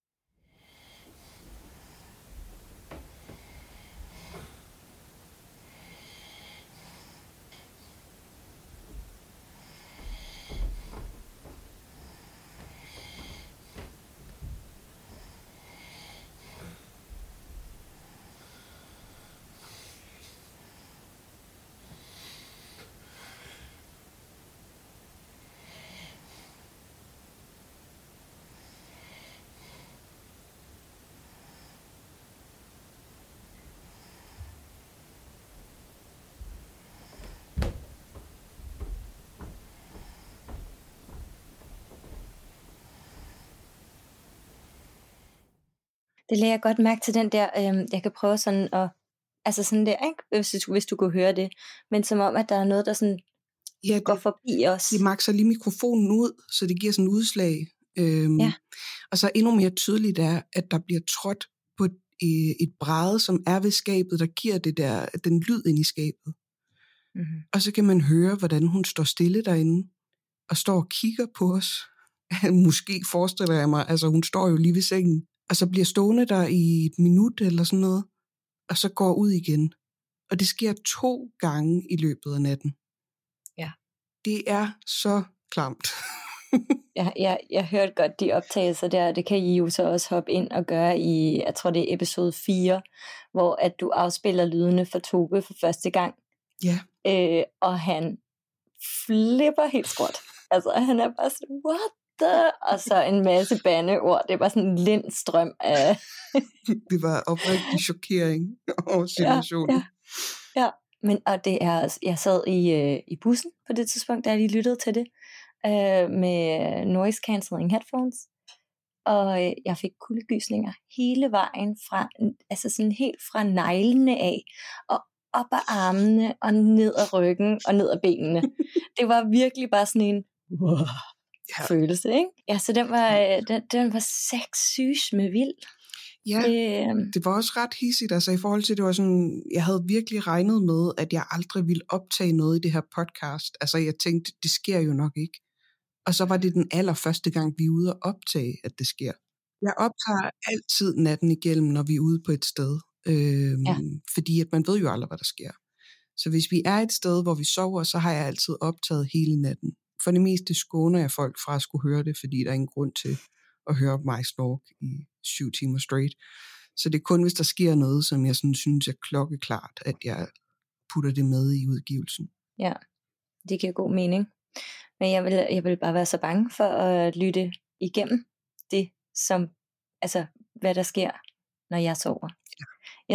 Det lagde jeg godt mærke til den der, jeg kan prøve sådan at, altså sådan der, ikke? Hvis du kunne høre det, men som om, at der er noget, der sådan går forbi os. De makser lige mikrofonen ud, så det giver sådan et udslag. Og så endnu mere tydeligt er, at der bliver trådt på et bræde, som er ved skabet, der giver den lyd ind i skabet. Mm-hmm. Og så kan man høre, hvordan hun står stille derinde, og står og kigger på os. Måske forestiller jeg mig, altså hun står jo lige ved sengen, og så bliver stående der i et minut eller sådan noget, og så går ud igen. Og det sker 2 gange i løbet af natten. Ja. Det er så klamt. Jeg hørte godt de optagelser der, det kan I jo så også hoppe ind og gøre i, jeg tror det er episode 4, hvor at du afspiller lydene for Toge for første gang. Ja. Og han flipper helt skråt. Altså han er bare sådan, what the? Og så en masse bandeord. Det er bare sådan en lind strøm af... Det var oprigtig chokering over situationen. Ja. Men og det er, jeg sad i bussen på det tidspunkt, da jeg lige lyttede til det, med noise cancelling headphones, og jeg fik kuldegysninger hele vejen fra, altså sådan helt fra neglene af, og op ad armene, og ned ad ryggen, og ned ad benene. Det var virkelig bare sådan en følelse, ikke? Ja, så den var sexsys med vild. Ja, det var også ret hissigt, altså i forhold til, det var sådan, jeg havde virkelig regnet med, at jeg aldrig ville optage noget i det her podcast. Altså jeg tænkte, det sker jo nok ikke. Og så var det den allerførste gang, vi er ude at optage, at det sker. Jeg optager altid natten igennem, når vi er ude på et sted. fordi at man ved jo aldrig, hvad der sker. Så hvis vi er et sted, hvor vi sover, så har jeg altid optaget hele natten. For det meste skåner jeg folk fra at skulle høre det, fordi der er ingen grund til at høre mig snorke i 7 timer straight. Så det er kun, hvis der sker noget, som jeg sådan synes er klokkeklart, at jeg putter det med i udgivelsen. Ja, det giver god mening. Men jeg vil bare være så bange for at lytte igennem det, som, altså, hvad der sker, når jeg sover. Ja.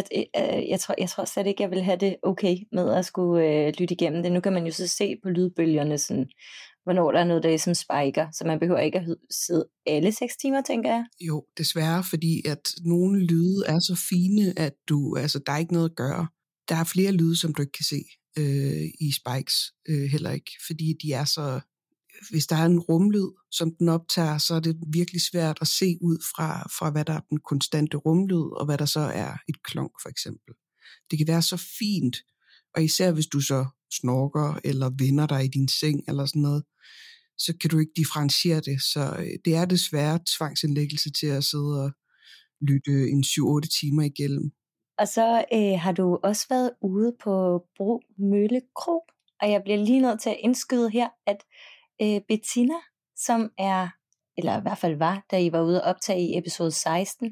Jeg tror slet ikke, jeg vil have det okay med at skulle lytte igennem det. Nu kan man jo så se på lydbølgerne, sådan, hvornår der er noget, der som spiker, så man behøver ikke at sidde alle 6 timer, tænker jeg. Jo, desværre, fordi at nogle lyde er så fine, at der er ikke noget at gøre. Der er flere lyde, som du ikke kan se i spikes heller ikke, fordi de er så... Hvis der er en rumlyd, som den optager, så er det virkelig svært at se ud fra hvad der er den konstante rumlyd, og hvad der så er et klonk, for eksempel. Det kan være så fint, og især hvis du så snorker, eller vender dig i din seng, eller sådan noget, så kan du ikke differentiere det. Så det er desværre tvangsindlæggelse til at sidde og lytte en 7-8 timer igennem. Og så har du også været ude på Bro Mølle Kro, og jeg bliver lige nødt til at indskyde her, at Bettina, som er, eller i hvert fald var, da I var ude og optage i episode 16,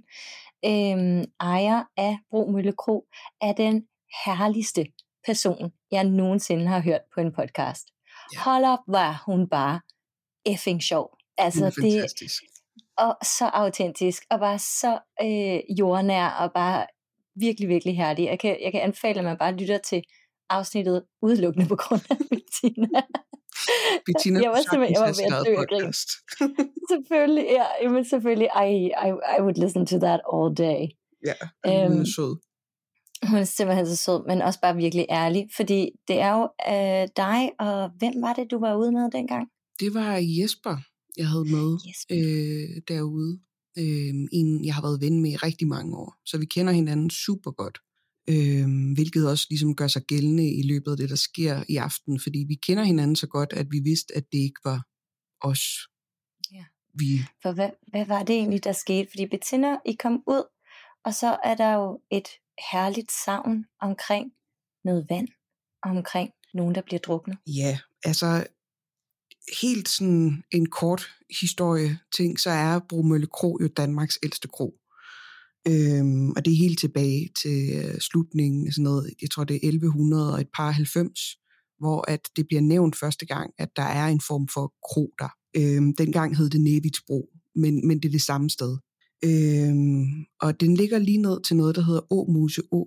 ejer af Bro Mølle Kro, er den herligste person, jeg nogensinde har hørt på en podcast. Ja. Hold op, var hun bare effing sjov. Altså, det er fantastisk. Og så autentisk, og bare så jordnær, og bare virkelig, virkelig herlig. Jeg kan anbefale, at man bare lytter til afsnittet udelukkende på grund af Bettina. Bettina, jeg var ved at dø af grin. Selvfølgelig, ja. Men selvfølgelig, I would listen to that all day. Ja, hun er sød. Hun er simpelthen så sød, men også bare virkelig ærlig. Fordi det er jo dig, og hvem var det, du var ude med dengang? Det var Jesper, jeg havde med derude. En, jeg har været ven med i rigtig mange år. Så vi kender hinanden super godt. Hvilket også ligesom gør sig gældende i løbet af det, der sker i aften, fordi vi kender hinanden så godt, at vi vidste, at det ikke var os. Ja. For hvad var det egentlig, der skete? Fordi Bettina, I kom ud, og så er der jo et herligt savn omkring noget vand, omkring nogen, der bliver druknet. Ja, altså helt sådan en kort historie ting, så er Bro Mølle Kro jo Danmarks ældste kro. Og det er helt tilbage til slutningen, sådan noget, jeg tror det er 1100 og et par 90, hvor at det bliver nævnt første gang, at der er en form for kro der. Dengang hed det Nevitsbro, men det er det samme sted. Og den ligger lige ned til noget, der hedder Åmose Å.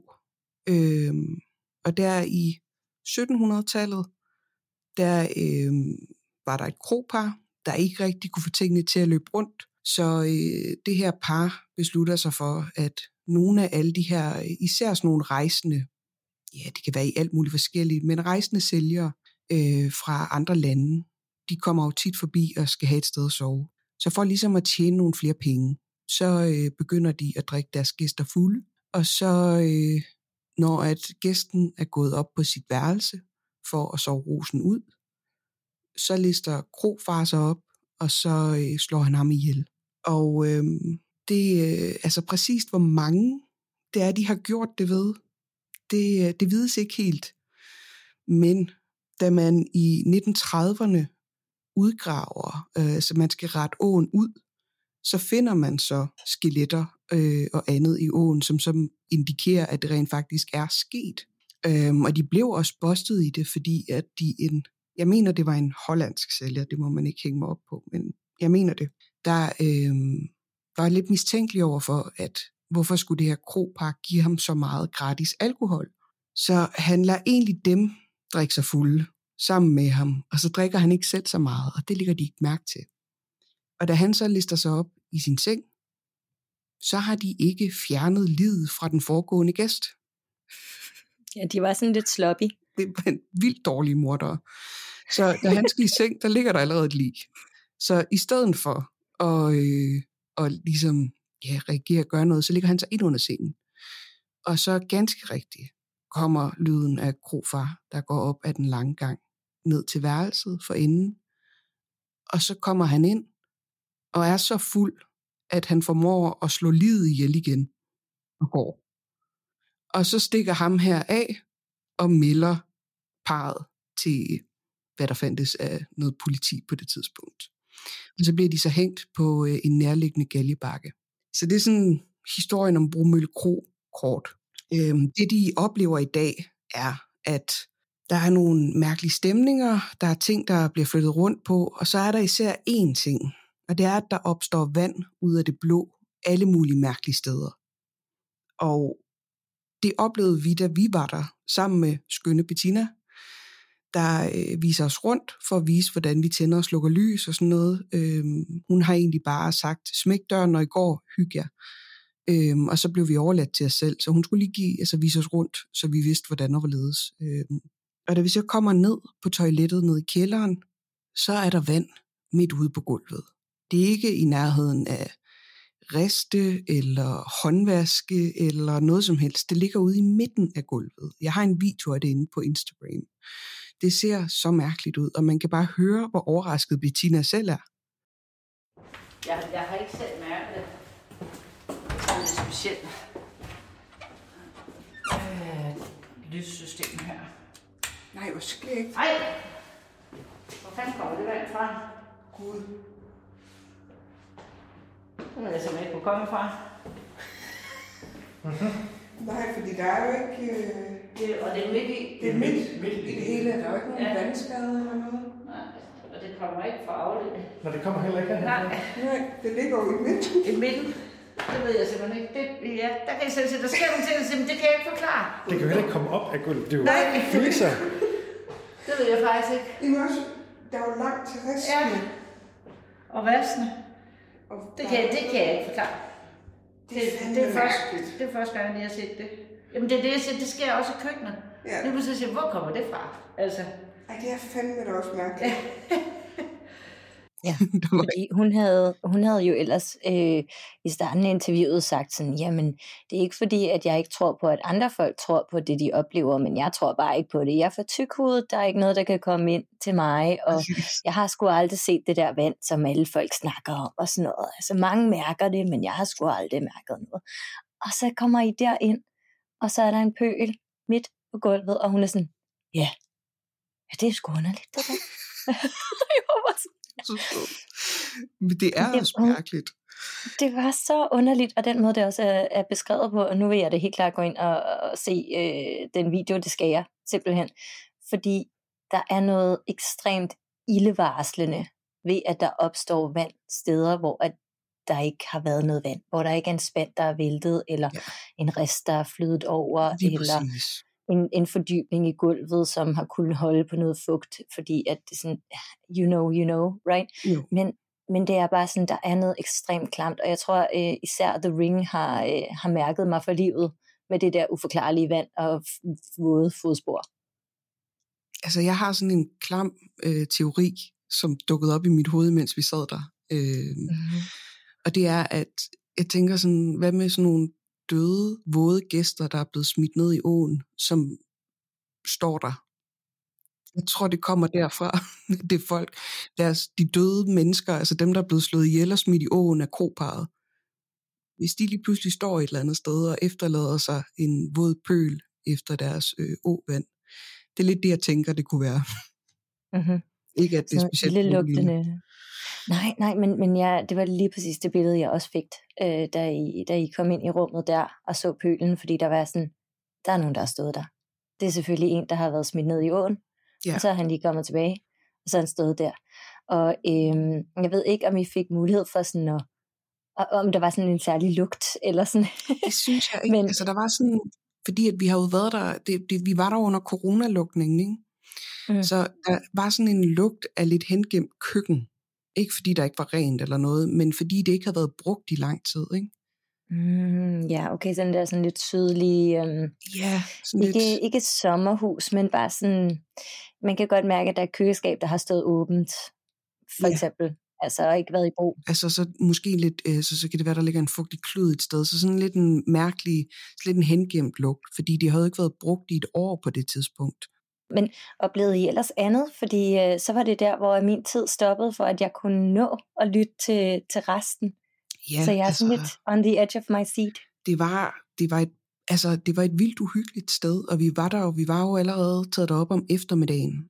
Og der i 1700-tallet, der var der et kropar, der ikke rigtig kunne få tingene til at løbe rundt. Så det her par beslutter sig for, at nogle af alle de her, især sådan nogle rejsende, ja, det kan være i alt muligt forskelligt, men rejsende sælgere fra andre lande, de kommer jo tit forbi og skal have et sted at sove. Så for ligesom at tjene nogle flere penge, så begynder de at drikke deres gæster fulde, og så når at gæsten er gået op på sit værelse for at sove rosen ud, så lister krofar sig op, og så slår han ham ihjel. Og altså præcist hvor mange det er, de har gjort det ved, det vides ikke helt. Men da man i 1930'erne udgraver, så man skal rette åen ud, så finder man så skeletter og andet i åen, som indikerer, at det rent faktisk er sket. Og de blev også bustet i det, fordi at jeg mener, det var en hollandsk sælger, det må man ikke hænge mig op på, men jeg mener det. Der var lidt mistænkelig over for, at hvorfor skulle det her kropar give ham så meget gratis alkohol? Så han lader egentlig dem drikke sig fulde sammen med ham, og så drikker han ikke selv så meget, og det ligger de ikke mærke til. Og da han så lister sig op i sin seng, så har de ikke fjernet livet fra den foregående gæst. Ja, de var sådan lidt sloppy. Det var en vildt dårlig morder. Så da han skal i seng, der ligger der allerede et lig. Så i stedet for at ligesom, reagere og gøre noget, så ligger han så ind under sengen. Og så ganske rigtigt kommer lyden af krofar, der går op ad den lange gang, ned til værelset for enden. Og så kommer han ind, og er så fuld, at han formår at slå livet ihjel igen og går. Og så stikker ham her af og melder parret til, hvad der fandtes af noget politi på det tidspunkt. Og så bliver de så hængt på en nærliggende galjebakke. Så det er sådan historien om Bromølle Kro kort. Det de oplever i dag er, at der er nogle mærkelige stemninger, der er ting, der bliver flyttet rundt på, og så er der især én ting, og det er, at der opstår vand ud af det blå, alle mulige mærkelige steder. Og det oplevede vi, da vi var der, sammen med skønne Bettina, der viser os rundt for at vise, hvordan vi tænder og slukker lys og sådan noget. Hun har egentlig bare sagt, smæk døren, når I går, hygge jer. Og så blev vi overladt til os selv, så hun skulle lige vise os rundt, så vi vidste, hvordan og hvorledes. Og da vi så kommer ned på toilettet, ned i kælderen, så er der vand midt ude på gulvet. Det er ikke i nærheden af riste eller håndvaske eller noget som helst. Det ligger ude i midten af gulvet. Jeg har en video af det inde på Instagram. Det ser så mærkeligt ud, og man kan bare høre, hvor overrasket Bettina selv er. Jeg har ikke selv mærket det. Det er lidt specielt. Lyssystem her. Nej, hvor skægt. Nej! Hvor fanden kommer det vand fra? Gud. Det ved jeg simpelthen ikke, hvor komme fra. Nej, fordi der er jo ikke... Og det er midt i. Det er midt i det hele. Der er jo ikke nogen vandskade eller noget. Nej, og det kommer ikke fra afledning. Nå, det kommer heller ikke her. Nej, det ligger jo i midten. I midten? Det ved jeg simpelthen ikke. Der kan jeg selv se, der sker nogle ting, det kan jeg ikke forklare. Det kan jo heller ikke komme op af gulvet. Det er jo fliser. Det ved jeg faktisk ikke. Der er jo langt til resten. Ja. Og vaskene. Det kan jeg ikke forklare. Det er første gang, jeg har set det. Jamen det er det, jeg siger, det sker også i køkkenet. Ja. Nu må jeg sige, hvor kommer det fra? Altså. Ej, det er fandme da også mærkeligt. Ja, fordi hun havde jo ellers i starten af interviewet sagt sådan, jamen det er ikke fordi, at jeg ikke tror på, at andre folk tror på det, de oplever, men jeg tror bare ikke på det. Jeg er for tykhudet, der er ikke noget, der kan komme ind til mig, og jeg har sgu aldrig set det der vand, som alle folk snakker om og sådan noget. Altså mange mærker det, men jeg har sgu aldrig mærket noget. Og så kommer I derind, og så er der en pøl midt på gulvet, og hun er sådan, ja det er sgu underligt, det der. Jeg var sådan, men det er også mærkeligt. Det var så underligt, og den måde det også er beskrevet på, og nu vil jeg det helt klart gå ind og se den video, det skal jeg simpelthen, fordi der er noget ekstremt ildevarslende ved, at der opstår vand steder, hvor at der ikke har været noget vand, hvor der ikke er en spand, der er væltet, eller en rest, der er flydet over, eller en fordybning i gulvet, som har kunnet holde på noget fugt, fordi at det er sådan, you know, right? Jo. Men det er bare sådan, der er noget ekstremt klamt, og jeg tror især The Ring har mærket mig for livet med det der uforklarlige vand og våde fodspor. Altså jeg har sådan en klam teori, som dukkede op i mit hoved, mens vi sad der. Og det er, at jeg tænker sådan, hvad med sådan nogle døde, våde gæster, der er blevet smidt ned i åen, som står der. Jeg tror, det kommer derfra. Det er folk, de døde mennesker, altså dem, der er blevet slået ihjel og smidt i åen af kroparret. Hvis de lige pludselig står et eller andet sted og efterlader sig en våd pøl efter deres åvand. Det er lidt det, jeg tænker, det kunne være. Mm-hmm. Ikke at det er specielt lugtende. Nej, men det var lige præcis det billede, jeg også fik, da I kom ind i rummet der og så pølen, fordi der var sådan, der er nogen, der har stået der. Det er selvfølgelig en, der har været smidt ned i åen, og så er han lige kommet tilbage, og så er han stået der. Og jeg ved ikke, om I fik mulighed for sådan om der var sådan en særlig lugt, eller sådan. Det synes jeg ikke. Men, altså der var sådan, fordi at vi har jo været der, vi var der under coronalukningen, ikke? Så der var sådan en lugt af lidt hengemt køkken. Ikke fordi der ikke var rent eller noget, men fordi det ikke havde været brugt i lang tid, ikke? Ja, okay, sådan der sådan lidt sydlig, ikke et sommerhus, men bare sådan, man kan godt mærke, at der er et køleskab, der har stået åbent, for eksempel, altså ikke været i brug. Altså så måske lidt, så kan det være, der ligger en fugtig klud et sted, så sådan lidt en mærkelig, lidt en hengemt lugt, fordi de havde ikke været brugt i et år på det tidspunkt. Men oplevede I ellers andet? Fordi så var det der, hvor min tid stoppede, for at jeg kunne nå at lytte til resten. Ja, så jeg er sådan lidt on the edge of my seat. Det var altså, det var et vildt uhyggeligt sted, og vi var jo allerede taget derop om eftermiddagen,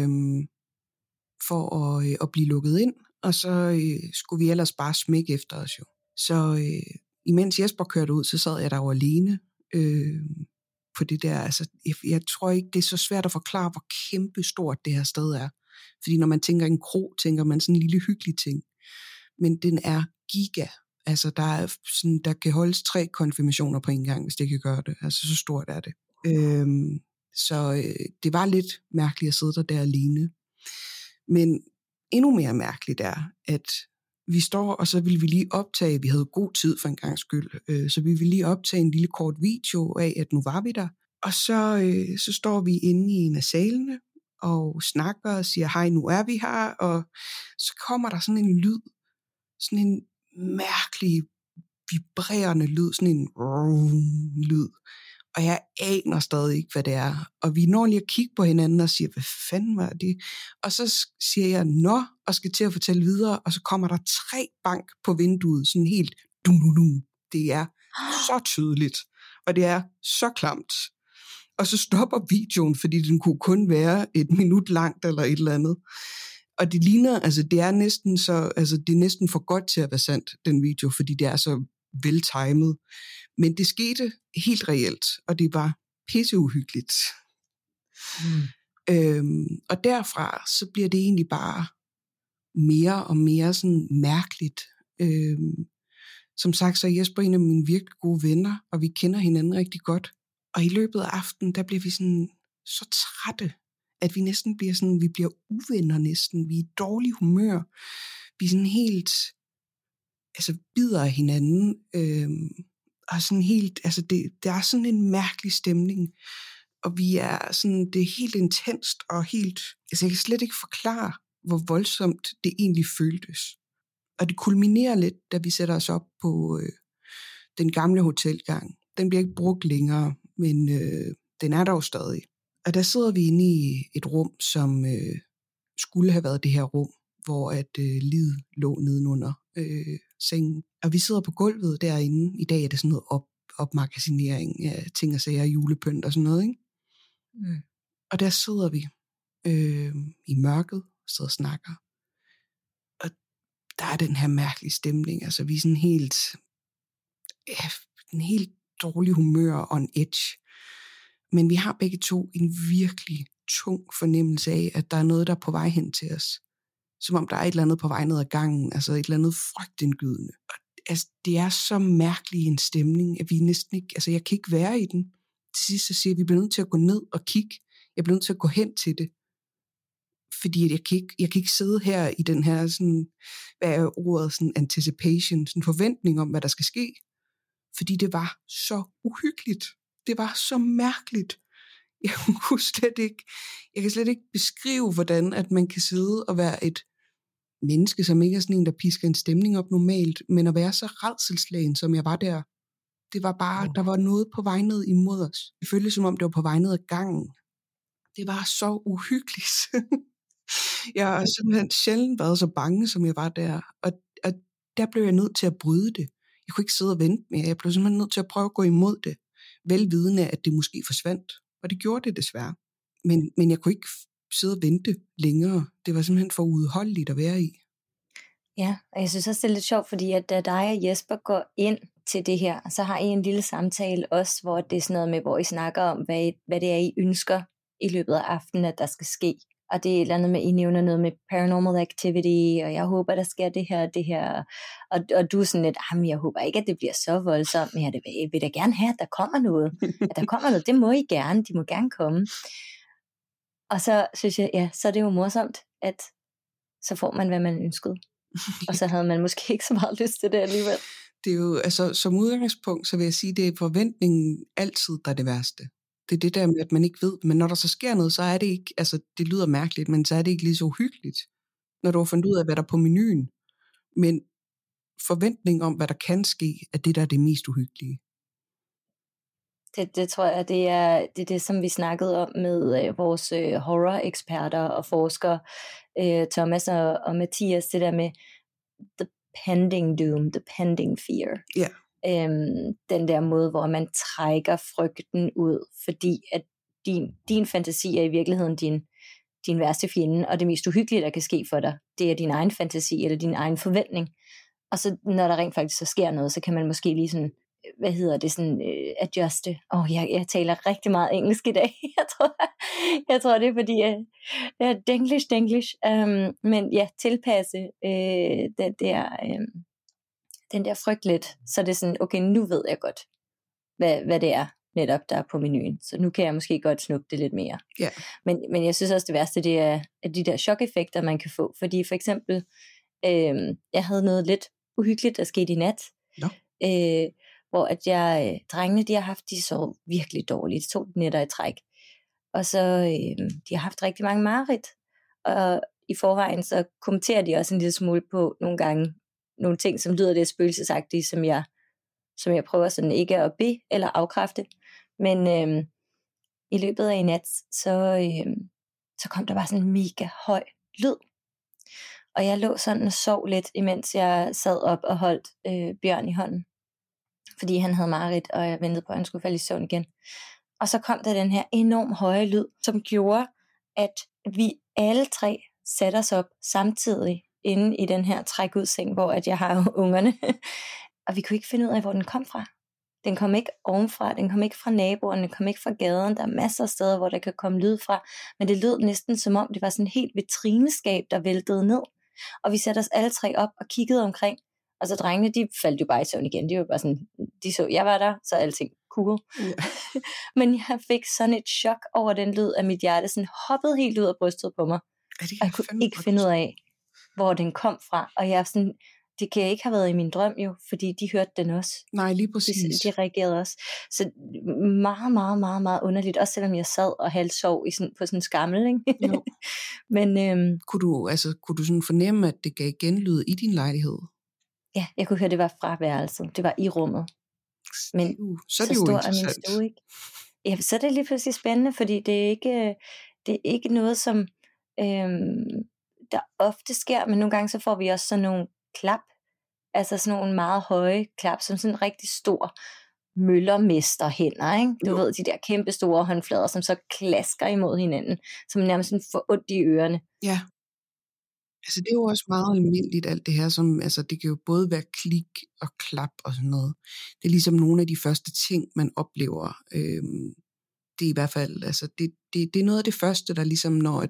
for at blive lukket ind, og så skulle vi ellers bare smække efter os jo. Så imens Jesper kørte ud, så sad jeg der jo alene på det der, altså jeg tror ikke, det er så svært at forklare, hvor kæmpe stort det her sted er. Fordi når man tænker en kro, tænker man sådan en lille hyggelig ting. Men den er giga. Altså der kan holdes 3 konfirmationer på en gang, hvis det kan gøre det. Altså så stort er det. Så det var lidt mærkeligt at sidde der alene. Men endnu mere mærkeligt er, at vi står, og så ville vi lige optage, vi havde god tid for en gang skyld, så vi ville lige optage en lille kort video af, at nu var vi der. Og så står vi inde i en af salene, og snakker og siger, hej, nu er vi her, og så kommer der sådan en lyd, sådan en mærkelig, vibrerende lyd, sådan en lyd, og jeg aner stadig ikke, hvad det er. Og vi når lige at kigge på hinanden og siger, hvad fanden var det? Og så siger jeg, nå, og skal til at fortælle videre, og så kommer der 3 bank på vinduet, sådan helt dum. Det er så tydeligt, og det er så klamt. Og så stopper videoen, fordi den kunne kun være 1 minut langt eller et eller andet. Og det ligner, altså det er næsten for godt til at være sandt, den video, fordi det er så veltimet. Men det skete helt reelt, og det var pisseuhyggeligt. Og derfra, så bliver det egentlig bare mere og mere sådan mærkeligt. Som sagt, så er Jesper en af mine virkelig gode venner, og vi kender hinanden rigtig godt. Og i løbet af aftenen, der bliver vi sådan så trætte, at vi næsten bliver sådan, vi bliver uvenner næsten, vi er i dårlig humør, vi er sådan helt, altså bider af hinanden, og sådan helt, altså der er sådan en mærkelig stemning, og vi er sådan, det er helt intenst, og helt, altså jeg kan slet ikke forklare, hvor voldsomt det egentlig føltes. Og det kulminerer lidt, da vi sætter os op på den gamle hotelgang. Den bliver ikke brugt længere, men den er der jo stadig. Og der sidder vi inde i et rum, som skulle have været det her rum, hvor at livet lå nedenunder sengen. Og vi sidder på gulvet derinde. I dag er det sådan noget opmagasinering af ting og sager, julepynt og sådan noget, ikke? Mm. Og der sidder vi i mørket, sidder og snakker. Og der er den her mærkelige stemning. Altså vi er sådan helt, en helt dårlig humør og en edge. Men vi har begge to en virkelig tung fornemmelse af, at der er noget, der er på vej hen til os. Som om der er et eller andet på vej ned ad gangen, altså et eller andet frygtindgydende. Altså, det er så mærkelig en stemning, at vi næsten ikke, altså jeg kan ikke være i den. Til sidst så siger jeg, at vi bliver nødt til at gå ned og kigge. Jeg bliver nødt til at gå hen til det. Fordi at jeg kan ikke sidde her i den her, sådan, hvad er ordet, sådan anticipation, sådan forventning om, hvad der skal ske. Fordi det var så uhyggeligt. Det var så mærkeligt. Jeg kan slet ikke beskrive, hvordan at man kan sidde og være et menneske, som ikke er sådan en, der pisker en stemning op normalt, men at være så rædselsslagen, som jeg var der. Det var bare, der var noget på vej ned imod os. Det føltes som om, det var på vej ned ad gangen. Det var så uhyggeligt. Jeg har simpelthen sjældent været så bange, som jeg var der. Og der blev jeg nødt til at bryde det. Jeg kunne ikke sidde og vente mere. Jeg blev simpelthen nødt til at prøve at gå imod det. Velvidende, at det måske forsvandt. Og det gjorde det desværre. Men jeg kunne ikke sidde og vente længere. Det var simpelthen for udholdeligt at være i. Ja, og jeg synes også, det er lidt sjovt, fordi at da dig og Jesper går ind til det her, så har I en lille samtale også, hvor det er sådan noget med, hvor I snakker om, hvad det er, I ønsker i løbet af aftenen, at der skal ske. Og det er et eller andet med, I nævner noget med paranormal activity, og jeg håber, der sker det her. Og du er sådan lidt, jeg håber ikke, at det bliver så voldsomt, men jeg vil da gerne have, at der kommer noget. At der kommer noget, det må I gerne, de må gerne komme. Og så synes jeg, ja, så er det jo morsomt, at så får man, hvad man ønskede. Og så havde man måske ikke så meget lyst til det alligevel. Det er jo, altså som udgangspunkt, så vil jeg sige, det er forventningen altid, der er det værste. Det er det der med, at man ikke ved, men når der så sker noget, så er det ikke, altså det lyder mærkeligt, men så er det ikke lige så uhyggeligt, når du har fundet ud af, hvad der er på menuen. Men forventning om, hvad der kan ske, er det, der er det mest uhyggelige. Det tror jeg, det er det, som vi snakkede om med vores horror-eksperter og forskere, Thomas og Mathias, det der med the pending doom, the pending fear. Ja. Den der måde, hvor man trækker frygten ud, fordi at din fantasi er i virkeligheden din værste fjende, og det mest uhyggelige, der kan ske for dig, det er din egen fantasi, eller din egen forventning. Og så når der rent faktisk så sker noget, så kan man måske lige sådan, adjuste. Jeg taler rigtig meget engelsk i dag. Jeg tror det er fordi, denglish. Men ja, tilpasse den der frygt lidt, så det er sådan, okay, nu ved jeg godt, hvad det er netop, der er på menuen. Så nu kan jeg måske godt snuppe det lidt mere. Yeah. Men jeg synes også, det værste, det er de der chok-effekter, man kan få. Fordi for eksempel, jeg havde noget lidt uhyggeligt, der skete i nat. No. Hvor at drengene, de har sovet virkelig dårligt, 2 nætter i træk. Og så, de har haft rigtig mange mareridt. Og i forvejen, så kommenterer de også en lille smule på nogle gange, nogle ting, som lyder lidt spøgelsesagtige, som jeg prøver sådan ikke at eller afkræfte. Men i løbet af i nat, så kom der bare sådan en mega høj lyd. Og jeg lå sådan og sov lidt, imens jeg sad op og holdt Bjørn i hånden. Fordi han havde mareridt, og jeg ventede på, at han skulle falde i søvn igen. Og så kom der den her enormt høje lyd, som gjorde, at vi alle 3 satte os op samtidig inde i den her trækudseng, hvor at jeg har ungerne. Og vi kunne ikke finde ud af, hvor den kom fra. Den kom ikke ovenfra, den kom ikke fra naboerne, den kom ikke fra gaden. Der er masser af steder, hvor der kan komme lyd fra. Men det lød næsten som om, det var sådan et helt vitrineskab, der væltede ned. Og vi satte os alle 3 op og kiggede omkring. Og så drengene, de faldt jo bare i søvn igen. De var bare sådan, de så, jeg var der, så alting cool. Yeah. Men jeg fik sådan et chok over den lyd, at mit hjerte sådan hoppede helt ud af brystet på mig. Og jeg kunne ikke finde ud af, hvor den kom fra. Og jeg sådan, det kan ikke have været i min drøm jo, fordi de hørte den også. Nej, lige præcis. De reagerede også. Så meget, meget, meget, meget underligt. Også selvom jeg sad og halvsov på sådan en skammel, ikke? Men kunne du sådan fornemme, at det gav genlyd i din lejlighed? Ja, jeg kunne høre, det var fra værelset. Det var i rummet. Men så er det jo stor interessant. er min stue, ikke? Ja, så er det lige pludselig spændende, fordi det er ikke noget, som der ofte sker, men nogle gange så får vi også sådan nogle klap, altså sådan nogle meget høje klap, som sådan en rigtig stor møllermesterhænder, ikke? Du ved, de der kæmpe store håndflader, som så klasker imod hinanden, som nærmest sådan får ondt i ørerne. Ja. Altså det er jo også meget almindeligt alt det her, som, altså det kan jo både være klik og klap og sådan noget. Det er ligesom nogle af de første ting, man oplever. Det er i hvert fald, altså det er noget af det første, der ligesom når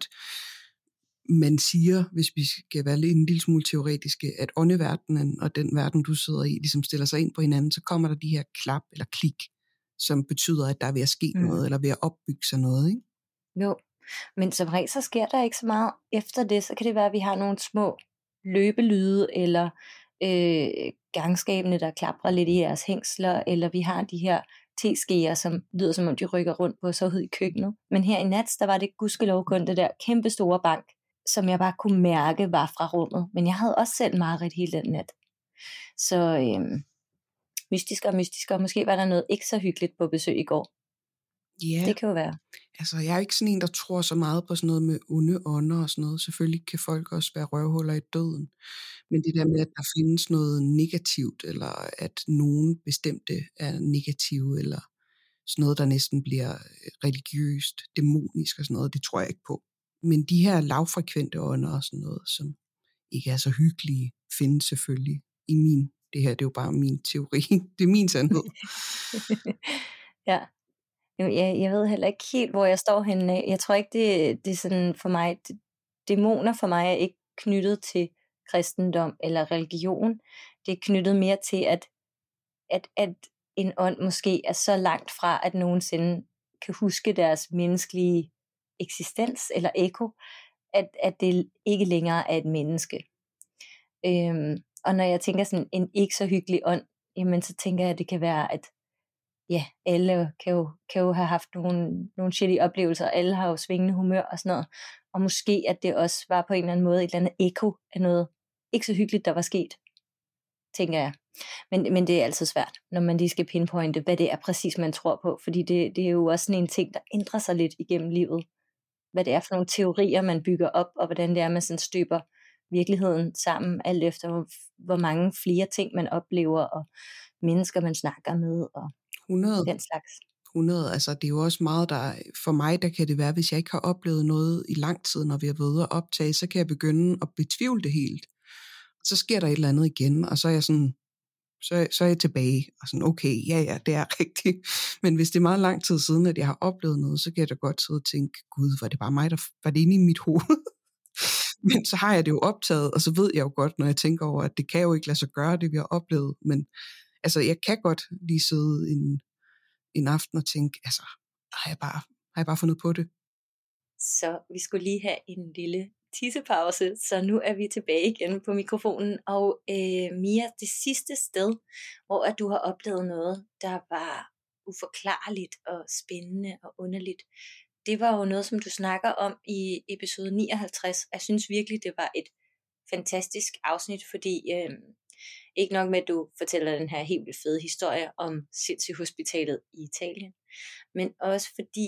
man siger, hvis vi skal være en lille smule teoretiske, at åndeverdenen og den verden, du sidder i, ligesom stiller sig ind på hinanden, så kommer der de her klap eller klik, som betyder, at der er ved at ske noget, eller ved at opbygge sig noget, ikke? Jo. Men som regel, så sker der ikke så meget efter det, så kan det være, at vi har nogle små løbelyde, eller gangskabene, der klapper lidt i jeres hængsler, eller vi har de her teskeer, som lyder som om de rykker rundt på så ud i køkkenet. Men her i nat, der var det gudskelov kun det der kæmpe store bank, som jeg bare kunne mærke var fra rummet. Men jeg havde også selv mareridt hele den nat. Så mystisk, og måske var der noget ikke så hyggeligt på besøg i går. Yeah. Det kan jo være. Altså, jeg er ikke sådan en, der tror så meget på sådan noget med onde ånder og sådan noget. Selvfølgelig kan folk også være røvhuller i døden. Men det der med, at der findes noget negativt, eller at nogen bestemte er negative, eller sådan noget, der næsten bliver religiøst, dæmonisk og sådan noget, det tror jeg ikke på. Men de her lavfrekvente ånder og sådan noget, som ikke er så hyggelige, findes selvfølgelig i det her, det er jo bare min teori. Det er min sandhed. Ja. Jeg ved heller ikke helt, hvor jeg står henne. Jeg tror ikke, det er sådan for mig. Dæmoner for mig er ikke knyttet til kristendom eller religion. Det er knyttet mere til, at en ånd måske er så langt fra, at nogensinde kan huske deres menneskelige eksistens eller eko, at det ikke længere er et menneske. Og når jeg tænker sådan en ikke så hyggelig ånd, jamen så tænker jeg, at det kan være, at ja, alle kan jo have haft nogle shitty oplevelser, og alle har jo svingende humør og sådan noget. Og måske, at det også var på en eller anden måde et eller andet eko af noget ikke så hyggeligt, der var sket, tænker jeg. Men det er altid svært, når man lige skal pinpointe, hvad det er præcis, man tror på. Fordi det er jo også sådan en ting, der ændrer sig lidt igennem livet. Hvad det er for nogle teorier, man bygger op, og hvordan det er, man sådan støber virkeligheden sammen, alt efter hvor mange flere ting man oplever, og mennesker man snakker med, og 100. den slags. 100, altså det er jo også meget, der for mig, der kan det være, hvis jeg ikke har oplevet noget i lang tid, når vi har været ude at optage, så kan jeg begynde at betvivle det helt. Så sker der et eller andet igen, og så er jeg sådan, så er jeg tilbage, og sådan, okay, ja, det er rigtigt. Men hvis det er meget lang tid siden, at jeg har oplevet noget, så kan jeg da godt sidde og tænke, gud, var det bare mig, der var det inde i mit hoved? Men så har jeg det jo optaget, og så ved jeg jo godt, når jeg tænker over, at det kan jo ikke lade sig gøre, det vi har oplevet. Men altså, jeg kan godt lige sidde en aften og tænke, altså, har jeg bare fundet på det? Så vi skulle lige have en lille tissepause, så nu er vi tilbage igen på mikrofonen. Og Mia, det sidste sted, hvor at du har oplevet noget, der var uforklarligt og spændende og underligt, det var jo noget, som du snakker om i episode 59. Jeg synes virkelig, det var et fantastisk afsnit, fordi ikke nok med, at du fortæller den her helt vildt fede historie om sindssygehospitalet i Italien, men også fordi,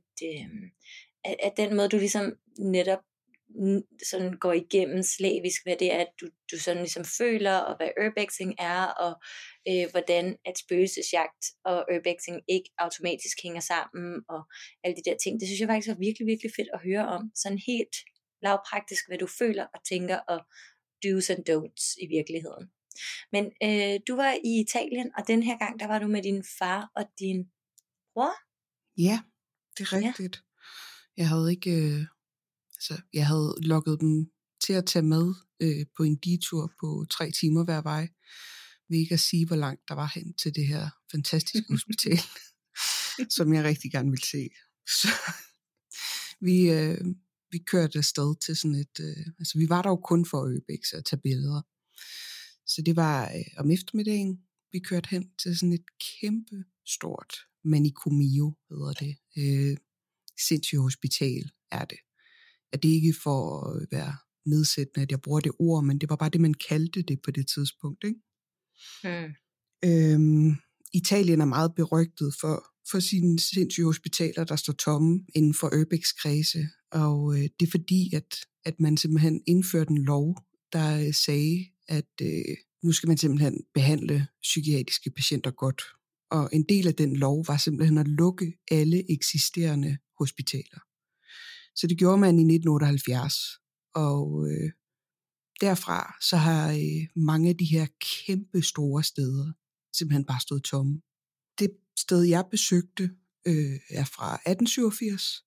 at den måde, du ligesom netop sådan går igennem slavisk, hvad det er, at du sådan ligesom føler, og hvad urbexing er, og hvordan at spøgelsesjagt og urbexing ikke automatisk hænger sammen, og alle de der ting. Det synes jeg faktisk var virkelig, virkelig fedt at høre om. Sådan helt lavpraktisk, hvad du føler og tænker, og do's and don'ts i virkeligheden. Men du var i Italien, og den her gang, der var du med din far og din bror? Ja, det er rigtigt. Ja. Jeg havde ikke... jeg havde lukket dem til at tage med på en detur på 3 timer hver vej, ved ikke at sige, hvor langt der var hen til det her fantastiske hospital, som jeg rigtig gerne ville se. Så vi kørte afsted til sådan et... vi var der jo kun for Urbex at tage billeder. Så det var om eftermiddagen, vi kørte hen til sådan et kæmpe stort manicomio, hedder det. Sindssygt hospital er det. At det ikke for at være nedsættende, at jeg bruger det ord, men det var bare det, man kaldte det på det tidspunkt. Ikke? Italien er meget berygtet for sine sindssyge hospitaler, der står tomme inden for Urbex-kredse, og det er fordi, at man simpelthen indførte en lov, der sagde, at nu skal man simpelthen behandle psykiatriske patienter godt. Og en del af den lov var simpelthen at lukke alle eksisterende hospitaler. Så det gjorde man i 1978, og derfra så har mange af de her kæmpe store steder simpelthen bare stået tomme. Det sted, jeg besøgte, er fra 1887,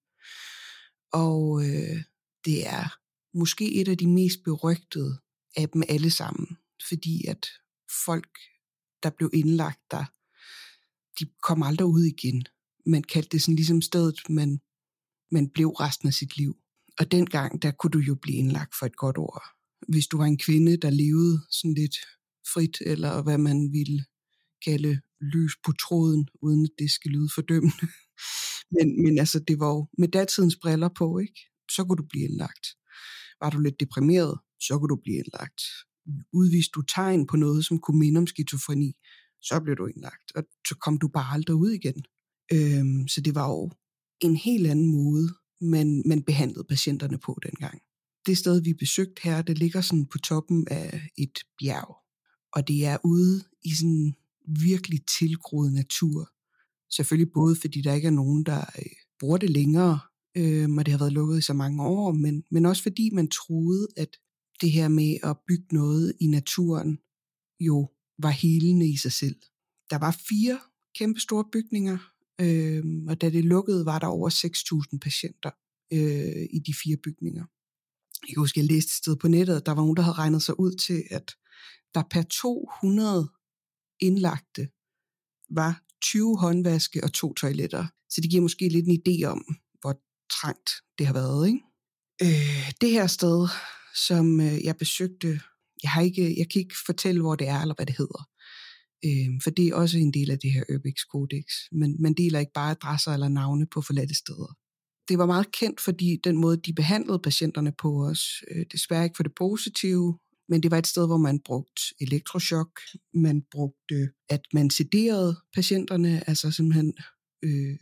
og det er måske et af de mest berygtede af dem alle sammen, fordi at folk, der blev indlagt der, de kom aldrig ud igen. Man kaldte det sådan ligesom stedet, man blev resten af sit liv. Og dengang, der kunne du jo blive indlagt for et godt ord. Hvis du var en kvinde, der levede sådan lidt frit, eller hvad man ville kalde løs på tråden, uden at det skal lyde fordømmende. men altså, det var jo med datidens briller på, ikke? Så kunne du blive indlagt. Var du lidt deprimeret, så kunne du blive indlagt. Udviste du tegn på noget, som kunne minde om skizofreni, så blev du indlagt. Og så kom du bare aldrig ud igen. Så det var jo en helt anden måde, man behandlede patienterne på dengang. Det sted, vi besøgte her, det ligger sådan på toppen af et bjerg. Og det er ude i sådan virkelig tilgroet natur. Selvfølgelig både fordi der ikke er nogen, der bruger det længere, og det har været lukket i så mange år, men også fordi man troede, at det her med at bygge noget i naturen jo var helende i sig selv. Der var 4 kæmpe store bygninger, og da det lukkede, var der over 6.000 patienter i de 4 bygninger. Jeg kan huske, jeg læste et sted på nettet, at der var nogen, der havde regnet sig ud til, at der per 200 indlagte var 20 håndvaske og 2 toiletter. Så det giver måske lidt en idé om, hvor trængt det har været, ikke? Det her sted, som jeg besøgte, jeg kan ikke fortælle, hvor det er, eller hvad det hedder. For det er også en del af det her Urbex-kodex. Men man deler ikke bare adresser eller navne på forladte steder. Det var meget kendt, fordi den måde, de behandlede patienterne på os, desværre ikke for det positive, men det var et sted, hvor man brugte elektrochok, man brugte, at man sederede patienterne, altså simpelthen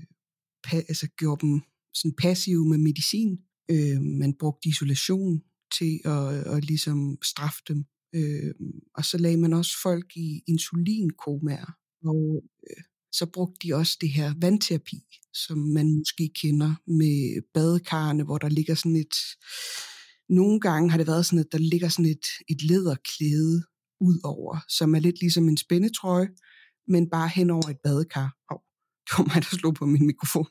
gjorde dem sådan passive med medicin. Man brugte isolation til at ligesom straffe dem. Og så lagde man også folk i insulinkomaer, og så brugte de også det her vandterapi, som man måske kender med badekarne, hvor der ligger sådan et... Nogle gange har det været sådan, at der ligger sådan et læderklæde ud over, som er lidt ligesom en spændetrøje, men bare hen over et badekar. Det var mig, der slog på min mikrofon.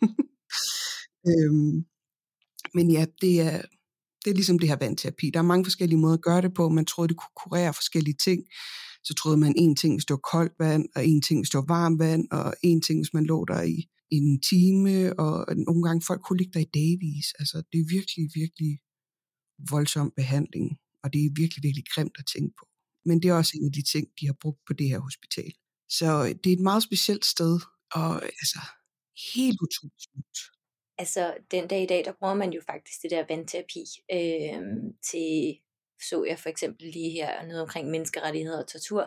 Men ja, det er ligesom det her vandterapi. Der er mange forskellige måder at gøre det på. Man troede, det kunne kurere forskellige ting. Så troede man en ting, hvis det var koldt vand, og en ting, hvis det var varmt vand, og en ting, hvis man lå der i en time, og nogle gange folk kunne ligge der i dagvis. Altså, det er virkelig, virkelig voldsom behandling, og det er virkelig, virkelig grimt at tænke på. Men det er også en af de ting, de har brugt på det her hospital. Så det er et meget specielt sted, og altså helt utroligt smukt. Altså, den dag i dag, der bruger man jo faktisk det der vandterapi til, så jeg for eksempel lige her noget omkring menneskerettigheder og tortur,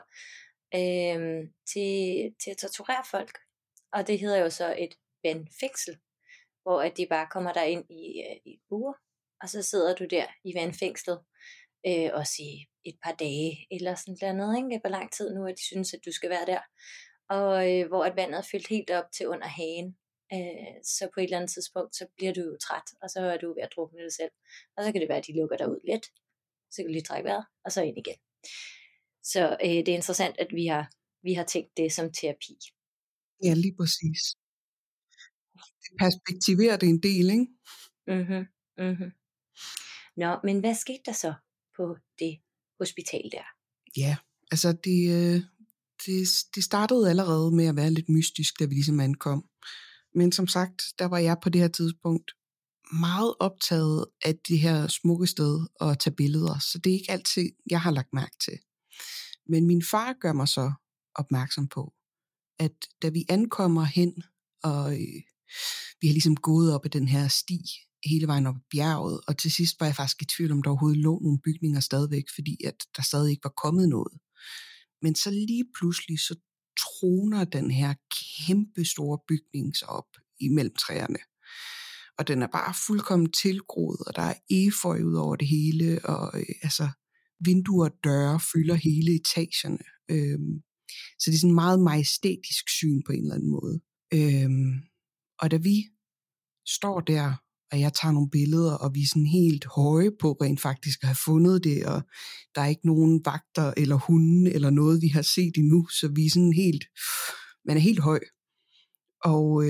til at torturere folk. Og det hedder jo så et vandfængsel, hvor at de bare kommer der ind i et bur, og så sidder du der i vandfængslet, også i et par dage, eller sådan noget, ikke? Hvor lang tid nu, at de synes, at du skal være der. Og hvor at vandet er fyldt helt op til under hagen. Så på et eller andet tidspunkt, så bliver du jo træt, og så er du ved at drukne dig selv. Og så kan det være, at de lukker dig ud lidt. Så kan du lige trække vejret, og så ind igen. Så det er interessant, at vi har tænkt det som terapi. Ja, lige præcis. Det perspektiverer det en del, ikke? Mhm, mhm. Nå, men hvad skete der så på det hospital der? Ja, altså det startede allerede med at være lidt mystisk, da vi ligesom ankom. Men som sagt, der var jeg på det her tidspunkt meget optaget af det her smukke sted og at tage billeder, så det er ikke altid, jeg har lagt mærke til. Men min far gør mig så opmærksom på, at da vi ankommer hen, og vi har ligesom gået op ad den her sti, hele vejen op ad bjerget, og til sidst var jeg faktisk i tvivl om, der overhovedet lå nogle bygninger stadigvæk, fordi at der stadig ikke var kommet noget. Men så lige pludselig, så troner den her kæmpe store bygning så op imellem træerne. Og den er bare fuldkommen tilgroet, og der er efeu ud over det hele, og altså vinduer og døre fylder hele etagerne. Så det er sådan en meget majestætisk syn på en eller anden måde. Og da vi står der, og jeg tager nogle billeder, og vi er sådan helt høje på rent faktisk at have fundet det, og der er ikke nogen vagter eller hunde eller noget, vi har set endnu, så vi er sådan helt, man er helt høj. Og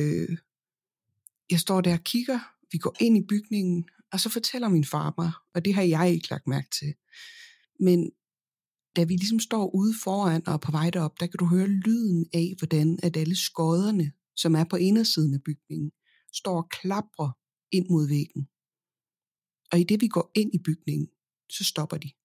jeg står der og kigger, vi går ind i bygningen, og så fortæller min far mig, og det har jeg ikke lagt mærke til. Men da vi ligesom står ude foran og på vej derop, der kan du høre lyden af, hvordan at alle skodderne, som er på indersiden af bygningen, står og klaprer ind mod væggen. Og i det vi går ind i bygningen, så stopper de.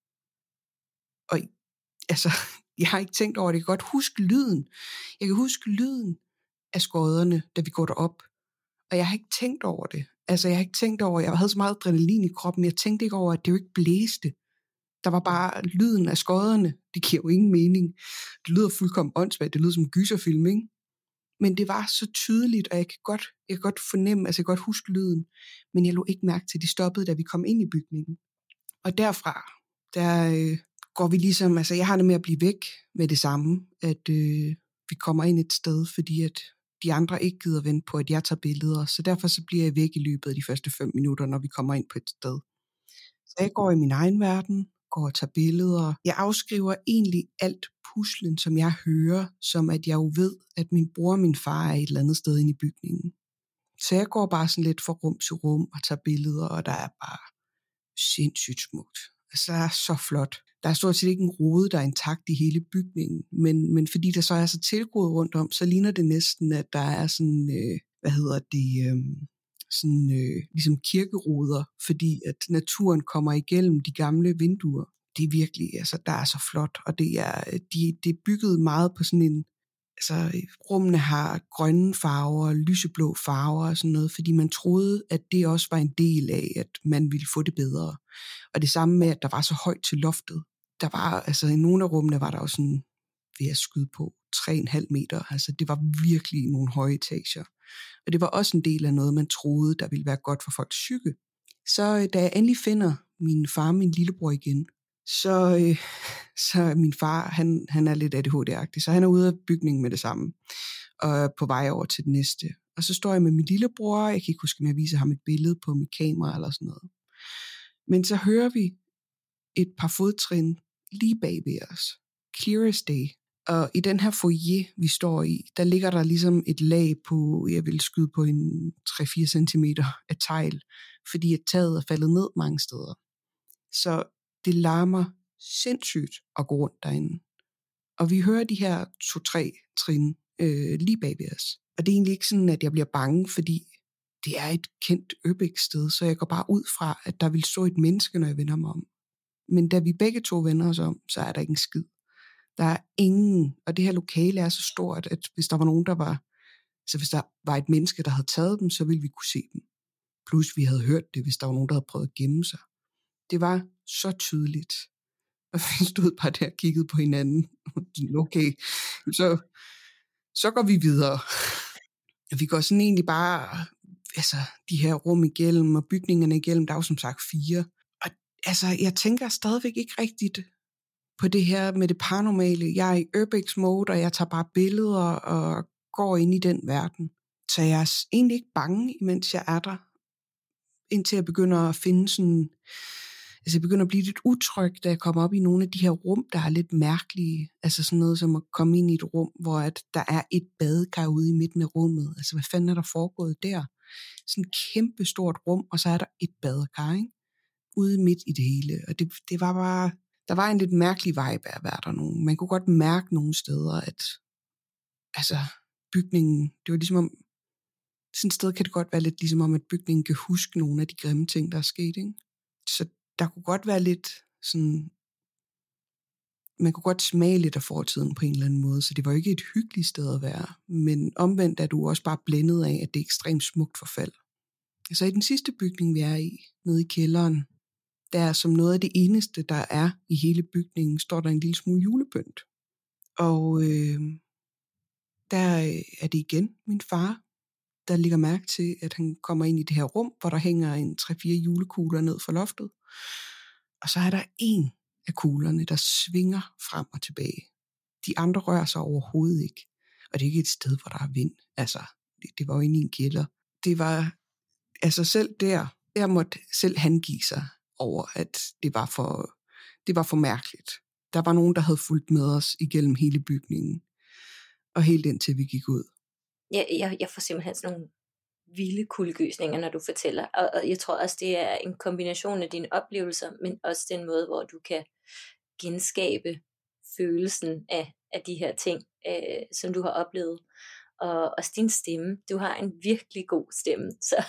Og altså, jeg har ikke tænkt over det. Jeg kan godt huske lyden. Jeg kan huske lyden af skodderne, da vi går derop. Og jeg har ikke tænkt over det. Altså, jeg har ikke tænkt over, jeg havde så meget adrenalin i kroppen, jeg tænkte ikke over, at det jo ikke blæste. Der var bare lyden af skodderne. Det giver jo ingen mening. Det lyder fuldkommen åndssvagt. Det lyder som en gyserfilm, ikke? Men det var så tydeligt, og jeg kan godt fornemme, altså jeg kan godt huske lyden, men jeg lå ikke mærke til, at de stoppede, da vi kom ind i bygningen. Og derfra, der går vi ligesom, altså jeg har det med at blive væk med det samme, at vi kommer ind et sted, fordi at de andre ikke gider vente på, at jeg tager billeder, så derfor så bliver jeg væk i løbet af de første 5 minutter, når vi kommer ind på et sted. Så jeg går i min egen verden, går og tager billeder. Jeg afskriver egentlig alt puslen, som jeg hører, som at jeg jo ved, at min bror og min far er et eller andet sted inde i bygningen. Så jeg går bare sådan lidt fra rum til rum og tager billeder, og der er bare sindssygt smukt. Altså, der er så flot. Der er stort set ikke en rode, der er intakt i hele bygningen, men fordi der så er så tilgroet rundt om, så ligner det næsten, at der er sådan, ligesom kirkeruder, fordi at naturen kommer igennem de gamle vinduer. Det er virkelig, altså der er så flot, og det er bygget meget på sådan en, altså rummene har grønne farver, lyseblå farver og sådan noget, fordi man troede, at det også var en del af, at man ville få det bedre. Og det samme med, at der var så højt til loftet. Der var, altså i nogle af rummene var der også sådan, ved at skyde på, 3,5 meter. Altså det var virkelig nogle høje etager. Og det var også en del af noget, man troede, der ville være godt for folks psyke. Så da jeg endelig finder min far og min lillebror igen, så min far, han er lidt ADHD-agtig, så han er ude af bygningen med det samme, og på vej over til den næste. Og så står jeg med min lillebror, jeg kan ikke huske, om jeg viser ham et billede på mit kamera eller sådan noget. Men så hører vi et par fodtrin lige bag ved os. Clear as day. Og i den her foyer, vi står i, der ligger der ligesom et lag på, jeg vil skyde på en 3-4 centimeter af tegl, fordi at taget er faldet ned mange steder. Så det larmer sindssygt at gå rundt derinde. Og vi hører de her 2-3 trin lige bag ved os. Og det er egentlig ikke sådan, at jeg bliver bange, fordi det er et kendt Ørbæk-sted, så jeg går bare ud fra, at der vil stå et menneske, når jeg vender mig om. Men da vi begge to vender os om, så er der ikke en skid. Der er ingen, og det her lokale er så stort, at hvis der var nogen, hvis der var et menneske, der havde taget dem, så ville vi kunne se dem. Plus vi havde hørt det, hvis der var nogen, der havde prøvet at gemme sig. Det var så tydeligt. Og vi stod bare der og kiggede på hinanden. Okay, så går vi videre. Vi går sådan egentlig bare, de her rum igennem, og bygningerne igennem, der er jo som sagt 4. Og jeg tænker stadigvæk ikke rigtigt på det her med det paranormale. Jeg er i Urbex mode, og jeg tager bare billeder og går ind i den verden. Så jeg er egentlig ikke bange, imens jeg er der. Indtil jeg begynder at finde sådan... jeg begynder at blive lidt utryg, da jeg kommer op i nogle af de her rum, der er lidt mærkelige. Altså sådan noget som at komme ind i et rum, hvor at der er et badekar ude i midten af rummet. Altså hvad fanden er der foregået der? Sådan et kæmpe stort rum, og så er der et badekar, ikke? Ude midt i det hele. Og det var bare... Der var en lidt mærkelig vibe af at være der nu. Man kunne godt mærke nogle steder, at bygningen, det var ligesom om, sådan et sted kan det godt være lidt ligesom om, at bygningen kan huske nogle af de grimme ting, der er sket, ikke? Så der kunne godt være lidt sådan, man kunne godt smage lidt af fortiden på en eller anden måde, så det var ikke et hyggeligt sted at være, men omvendt er du også bare blændet af, at det er ekstremt smukt forfald. Så i den sidste bygning, vi er i, nede i kælderen, der som noget af det eneste, der er i hele bygningen, står der en lille smule julepynt. Og der er det igen min far, der lægger mærke til, at han kommer ind i det her rum, hvor der hænger en 3-4 julekugler ned fra loftet. Og så er der en af kuglerne, der svinger frem og tilbage. De andre rører sig overhovedet ikke. Og det er ikke et sted, hvor der er vind. Det var jo inde i en kælder. Det var, selv der måtte selv han give sig over, at det var for mærkeligt. Der var nogen, der havde fulgt med os igennem hele bygningen. Og helt indtil vi gik ud. Jeg får simpelthen sådan nogle vilde kuldegysninger, når du fortæller. Og jeg tror også, det er en kombination af dine oplevelser, men også den måde, hvor du kan genskabe følelsen af de her ting, som du har oplevet. Og også din stemme. Du har en virkelig god stemme. Så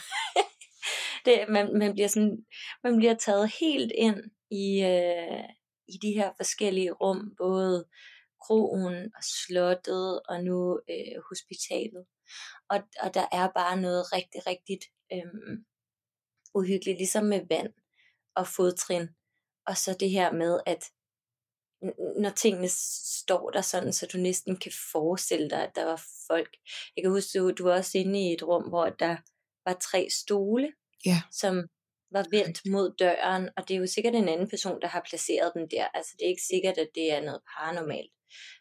man bliver taget helt ind i de her forskellige rum, både kroen og slottet og nu hospitalet. Og der er bare noget rigtig, rigtigt uhyggeligt, ligesom med vand og fodtrin. Og så det her med, at når tingene står der sådan, så du næsten kan forestille dig, at der var folk. Jeg kan huske, du var også inde i et rum, hvor der var 3 stole, som var vendt mod døren, og det er jo sikkert en anden person, der har placeret dem der. Altså det er ikke sikkert, at det er noget paranormalt.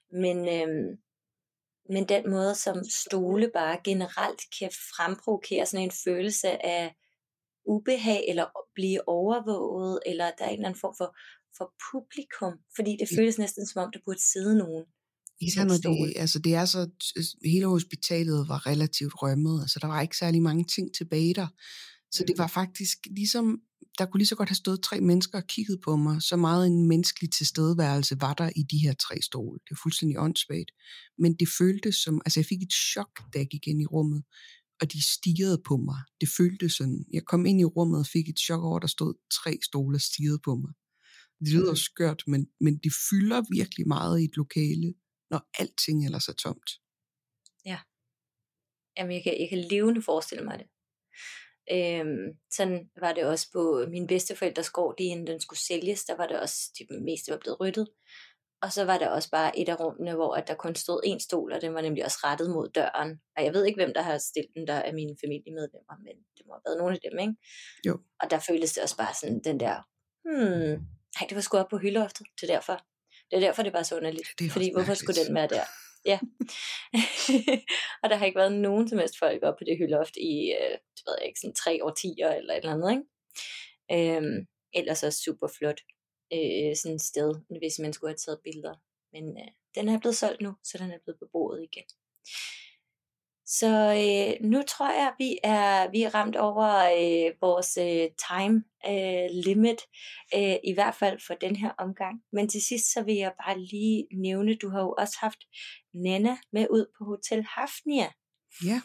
Men den måde, som stole bare generelt kan fremprovokere sådan en følelse af ubehag, eller blive overvåget, eller der er en eller anden form for publikum, fordi det føles næsten som om, der burde sidde nogen. Det er så, hele hospitalet var relativt rømmet, altså der var ikke særlig mange ting tilbage der, så det var faktisk ligesom, der kunne lige så godt have stået 3 mennesker og kigget på mig, så meget en menneskelig tilstedeværelse var der i de her 3 stole. Det er fuldstændig åndssvagt, men det føltes som, jeg fik et chok, da jeg gik ind i rummet, og de stirrede på mig. Det føltes sådan, jeg kom ind i rummet og fik et chok over, der stod 3 stole og stirrede på mig. Det lyder skørt, men det fylder virkelig meget i et lokale, når alting ellers er tomt. Ja. Jamen, jeg kan levende forestille mig det. Sådan var det også på min bedsteforældres gård, inden den skulle sælges, der var det også, det meste var blevet ryddet. Og så var der også bare et af rummene, hvor at der kun stod en stol, og den var nemlig også rettet mod døren. Og jeg ved ikke, hvem der har stillet den der af mine familiemedlemmer, men det må have været nogle af dem, ikke? Jo. Og der føltes det også bare sådan, den der, nej, det var sgu op på hyldeloftet, det er derfor. Det er derfor, det var så underligt. Ja, fordi hvorfor skulle den være der? Ja. Og der har ikke været nogen som helst folk op på det hyldeloft i, det ved jeg ikke, sådan 3 årtier eller et eller andet, ikke? Ellers også super flot sådan et sted, hvis man skulle have taget billeder. Men den er blevet solgt nu, så den er blevet beboet igen. Så nu tror jeg, vi er ramt over vores time limit, i hvert fald for den her omgang. Men til sidst, så vil jeg bare lige nævne, du har jo også haft Nana med ud på Hotel Hafnia. Ja.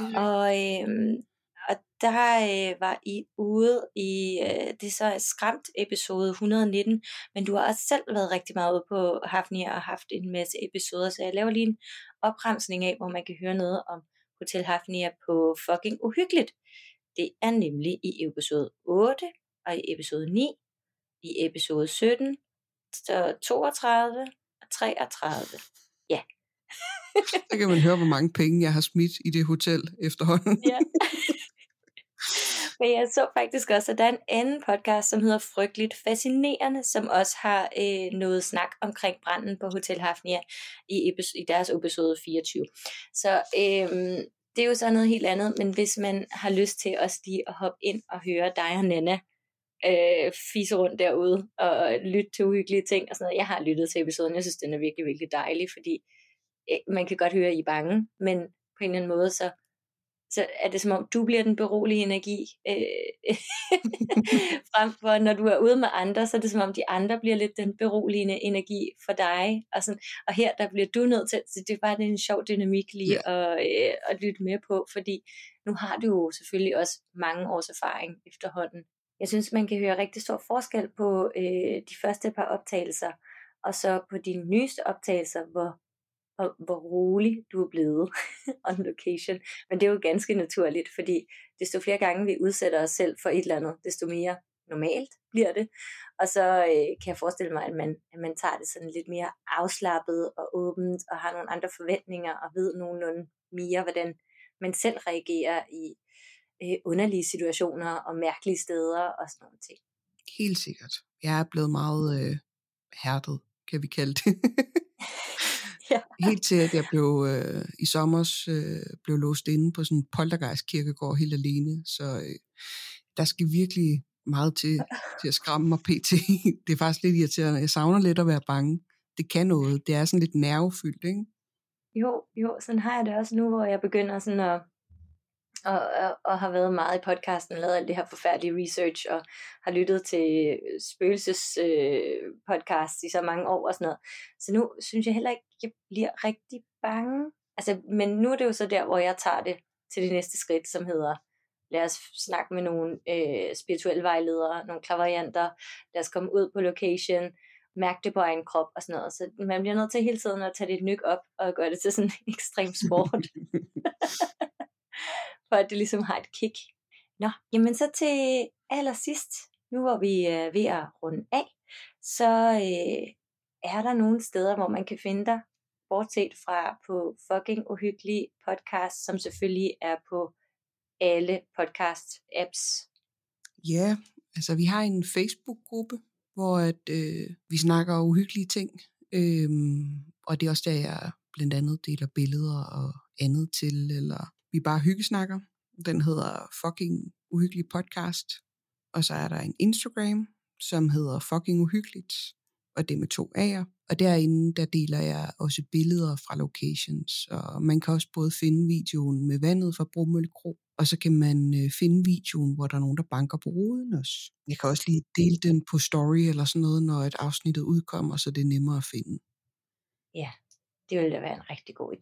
Og der var I ude i, det er så skræmt episode 119, men du har også selv været rigtig meget ude på Hafnia og haft en masse episoder, så jeg laver lige en opremsning af, hvor man kan høre noget om Hotel Hafnia på Fucking Uhyggeligt. Det er nemlig i episode 8, og i episode 9, i episode 17, 32 og 33. Ja. Så kan man høre, hvor mange penge jeg har smidt i det hotel efterhånden. Ja. Men jeg så faktisk også, at der er en anden podcast, som hedder Frygteligt Fascinerende, som også har noget snak omkring branden på Hotel Hafnia i deres episode 24. Så det er jo så noget helt andet, men hvis man har lyst til også lige at hoppe ind og høre dig og Nana fise rundt derude og lytte til uhyggelige ting og sådan noget. Jeg har lyttet til episoden, jeg synes, den er virkelig, virkelig dejlig, fordi man kan godt høre, at I er bange, men på en eller anden måde, så er det som om, du bliver den berolige energi, frem for når du er ude med andre, så er det som om, de andre bliver lidt den beroligende energi for dig, og her, der bliver du nødt til, så det er bare en sjov dynamik lige at lytte med på, fordi nu har du jo selvfølgelig også mange års erfaring efterhånden. Jeg synes, man kan høre rigtig stor forskel på de første par optagelser, og så på de nyeste optagelser, hvor rolig du er blevet on location. Men det er jo ganske naturligt, fordi desto flere gange vi udsætter os selv for et eller andet, desto mere normalt bliver det. Og så kan jeg forestille mig, at man tager det sådan lidt mere afslappet og åbent, og har nogle andre forventninger, og ved nogenlunde mere, hvordan man selv reagerer i underlige situationer og mærkelige steder og sådan nogle ting. Helt sikkert. Jeg er blevet meget hærdet, kan vi kalde det. Ja. Helt til, at jeg blev i sommers blev låst inde på sådan en poltergeist-kirkegård helt alene. Så der skal virkelig meget til at skræmme mig pt. Det er faktisk lidt irriterende. Jeg savner lidt at være bange. Det kan noget. Det er sådan lidt nervefyldt, ikke? Jo, sådan har jeg det også nu, hvor jeg begynder sådan og har været meget i podcasten, lavet alt det her forfærdelige research, og har lyttet til spøgelses-podcasts i så mange år og sådan noget. Så nu synes jeg heller ikke, jeg bliver rigtig bange. Altså, men nu er det jo så der, hvor jeg tager det til det næste skridt, som hedder, lad os snakke med nogle spirituelle vejledere, nogle klaverjanter, lad os komme ud på location, mærke det på egen krop og sådan noget. Så man bliver nødt til hele tiden at tage det nyk op og gøre det til sådan en ekstrem sport. For at det ligesom har et kick. Nå, jamen så til allersidst, nu hvor vi er ved at runde af, så er der nogle steder, hvor man kan finde dig, bortset fra på Fucking Uhyggelig podcast, som selvfølgelig er på alle podcast-apps. Ja, altså vi har en Facebook-gruppe, hvor vi snakker uhyggelige ting, og det er også der, jeg blandt andet deler billeder og andet til, eller vi bare hyggesnakker. Den hedder Fucking Uhyggelig Podcast. Og så er der en Instagram, som hedder Fucking Uhyggeligt. Og det med 2 A'er. Og derinde, der deler jeg også billeder fra locations. Og man kan også både finde videoen med vandet fra Bromølle Kro. Og så kan man finde videoen, hvor der er nogen, der banker på ruden også. Jeg kan også lige dele den på story eller sådan noget, når et afsnittet udkommer, så det er nemmere at finde. Ja, det ville da være en rigtig god idé.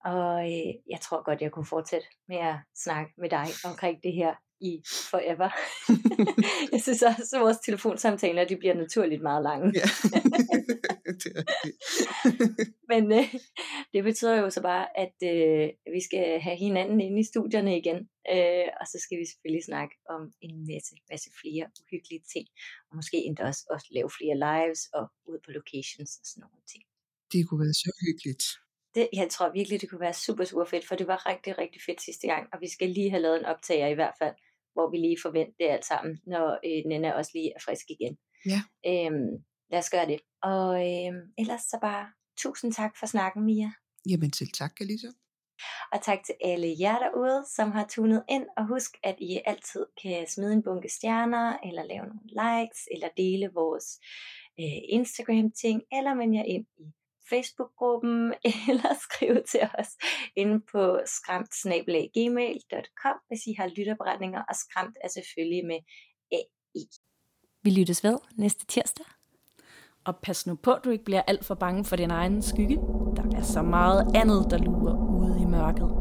Og jeg tror godt, jeg kunne fortsætte med at snakke med dig omkring det her i forever. Jeg synes også, at vores telefonsamtaler, de bliver naturligt meget lange. Ja, det er det. Men det betyder jo så bare, at vi skal have hinanden inde i studierne igen. Og så skal vi selvfølgelig snakke om en masse flere uhyggelige ting. Og måske endda også lave flere lives og ud på locations og sådan nogle ting. Det kunne være så hyggeligt. Jeg tror virkelig, det kunne være super, super fedt, for det var rigtig, rigtig fedt sidste gang. Og vi skal lige have lavet en optager i hvert fald, hvor vi lige forventer det alt sammen, når Nana også lige er frisk igen. Ja. Lad os gøre det. Og ellers så bare tusind tak for snakken, Mia. Jamen selv tak, Alisa. Og tak til alle jer derude, som har tunet ind. Og husk, at I altid kan smide en bunke stjerner, eller lave nogle likes, eller dele vores Instagram-ting, eller melde jer ind i Facebook-gruppen, eller skrive til os inde på skræmt@gmail.com, hvis I har lytterberetninger, og skræmt er selvfølgelig med AI. Vi lyttes ved næste tirsdag. Og pas nu på, at du ikke bliver alt for bange for din egen skygge. Der er så meget andet, der lurer ude i mørket.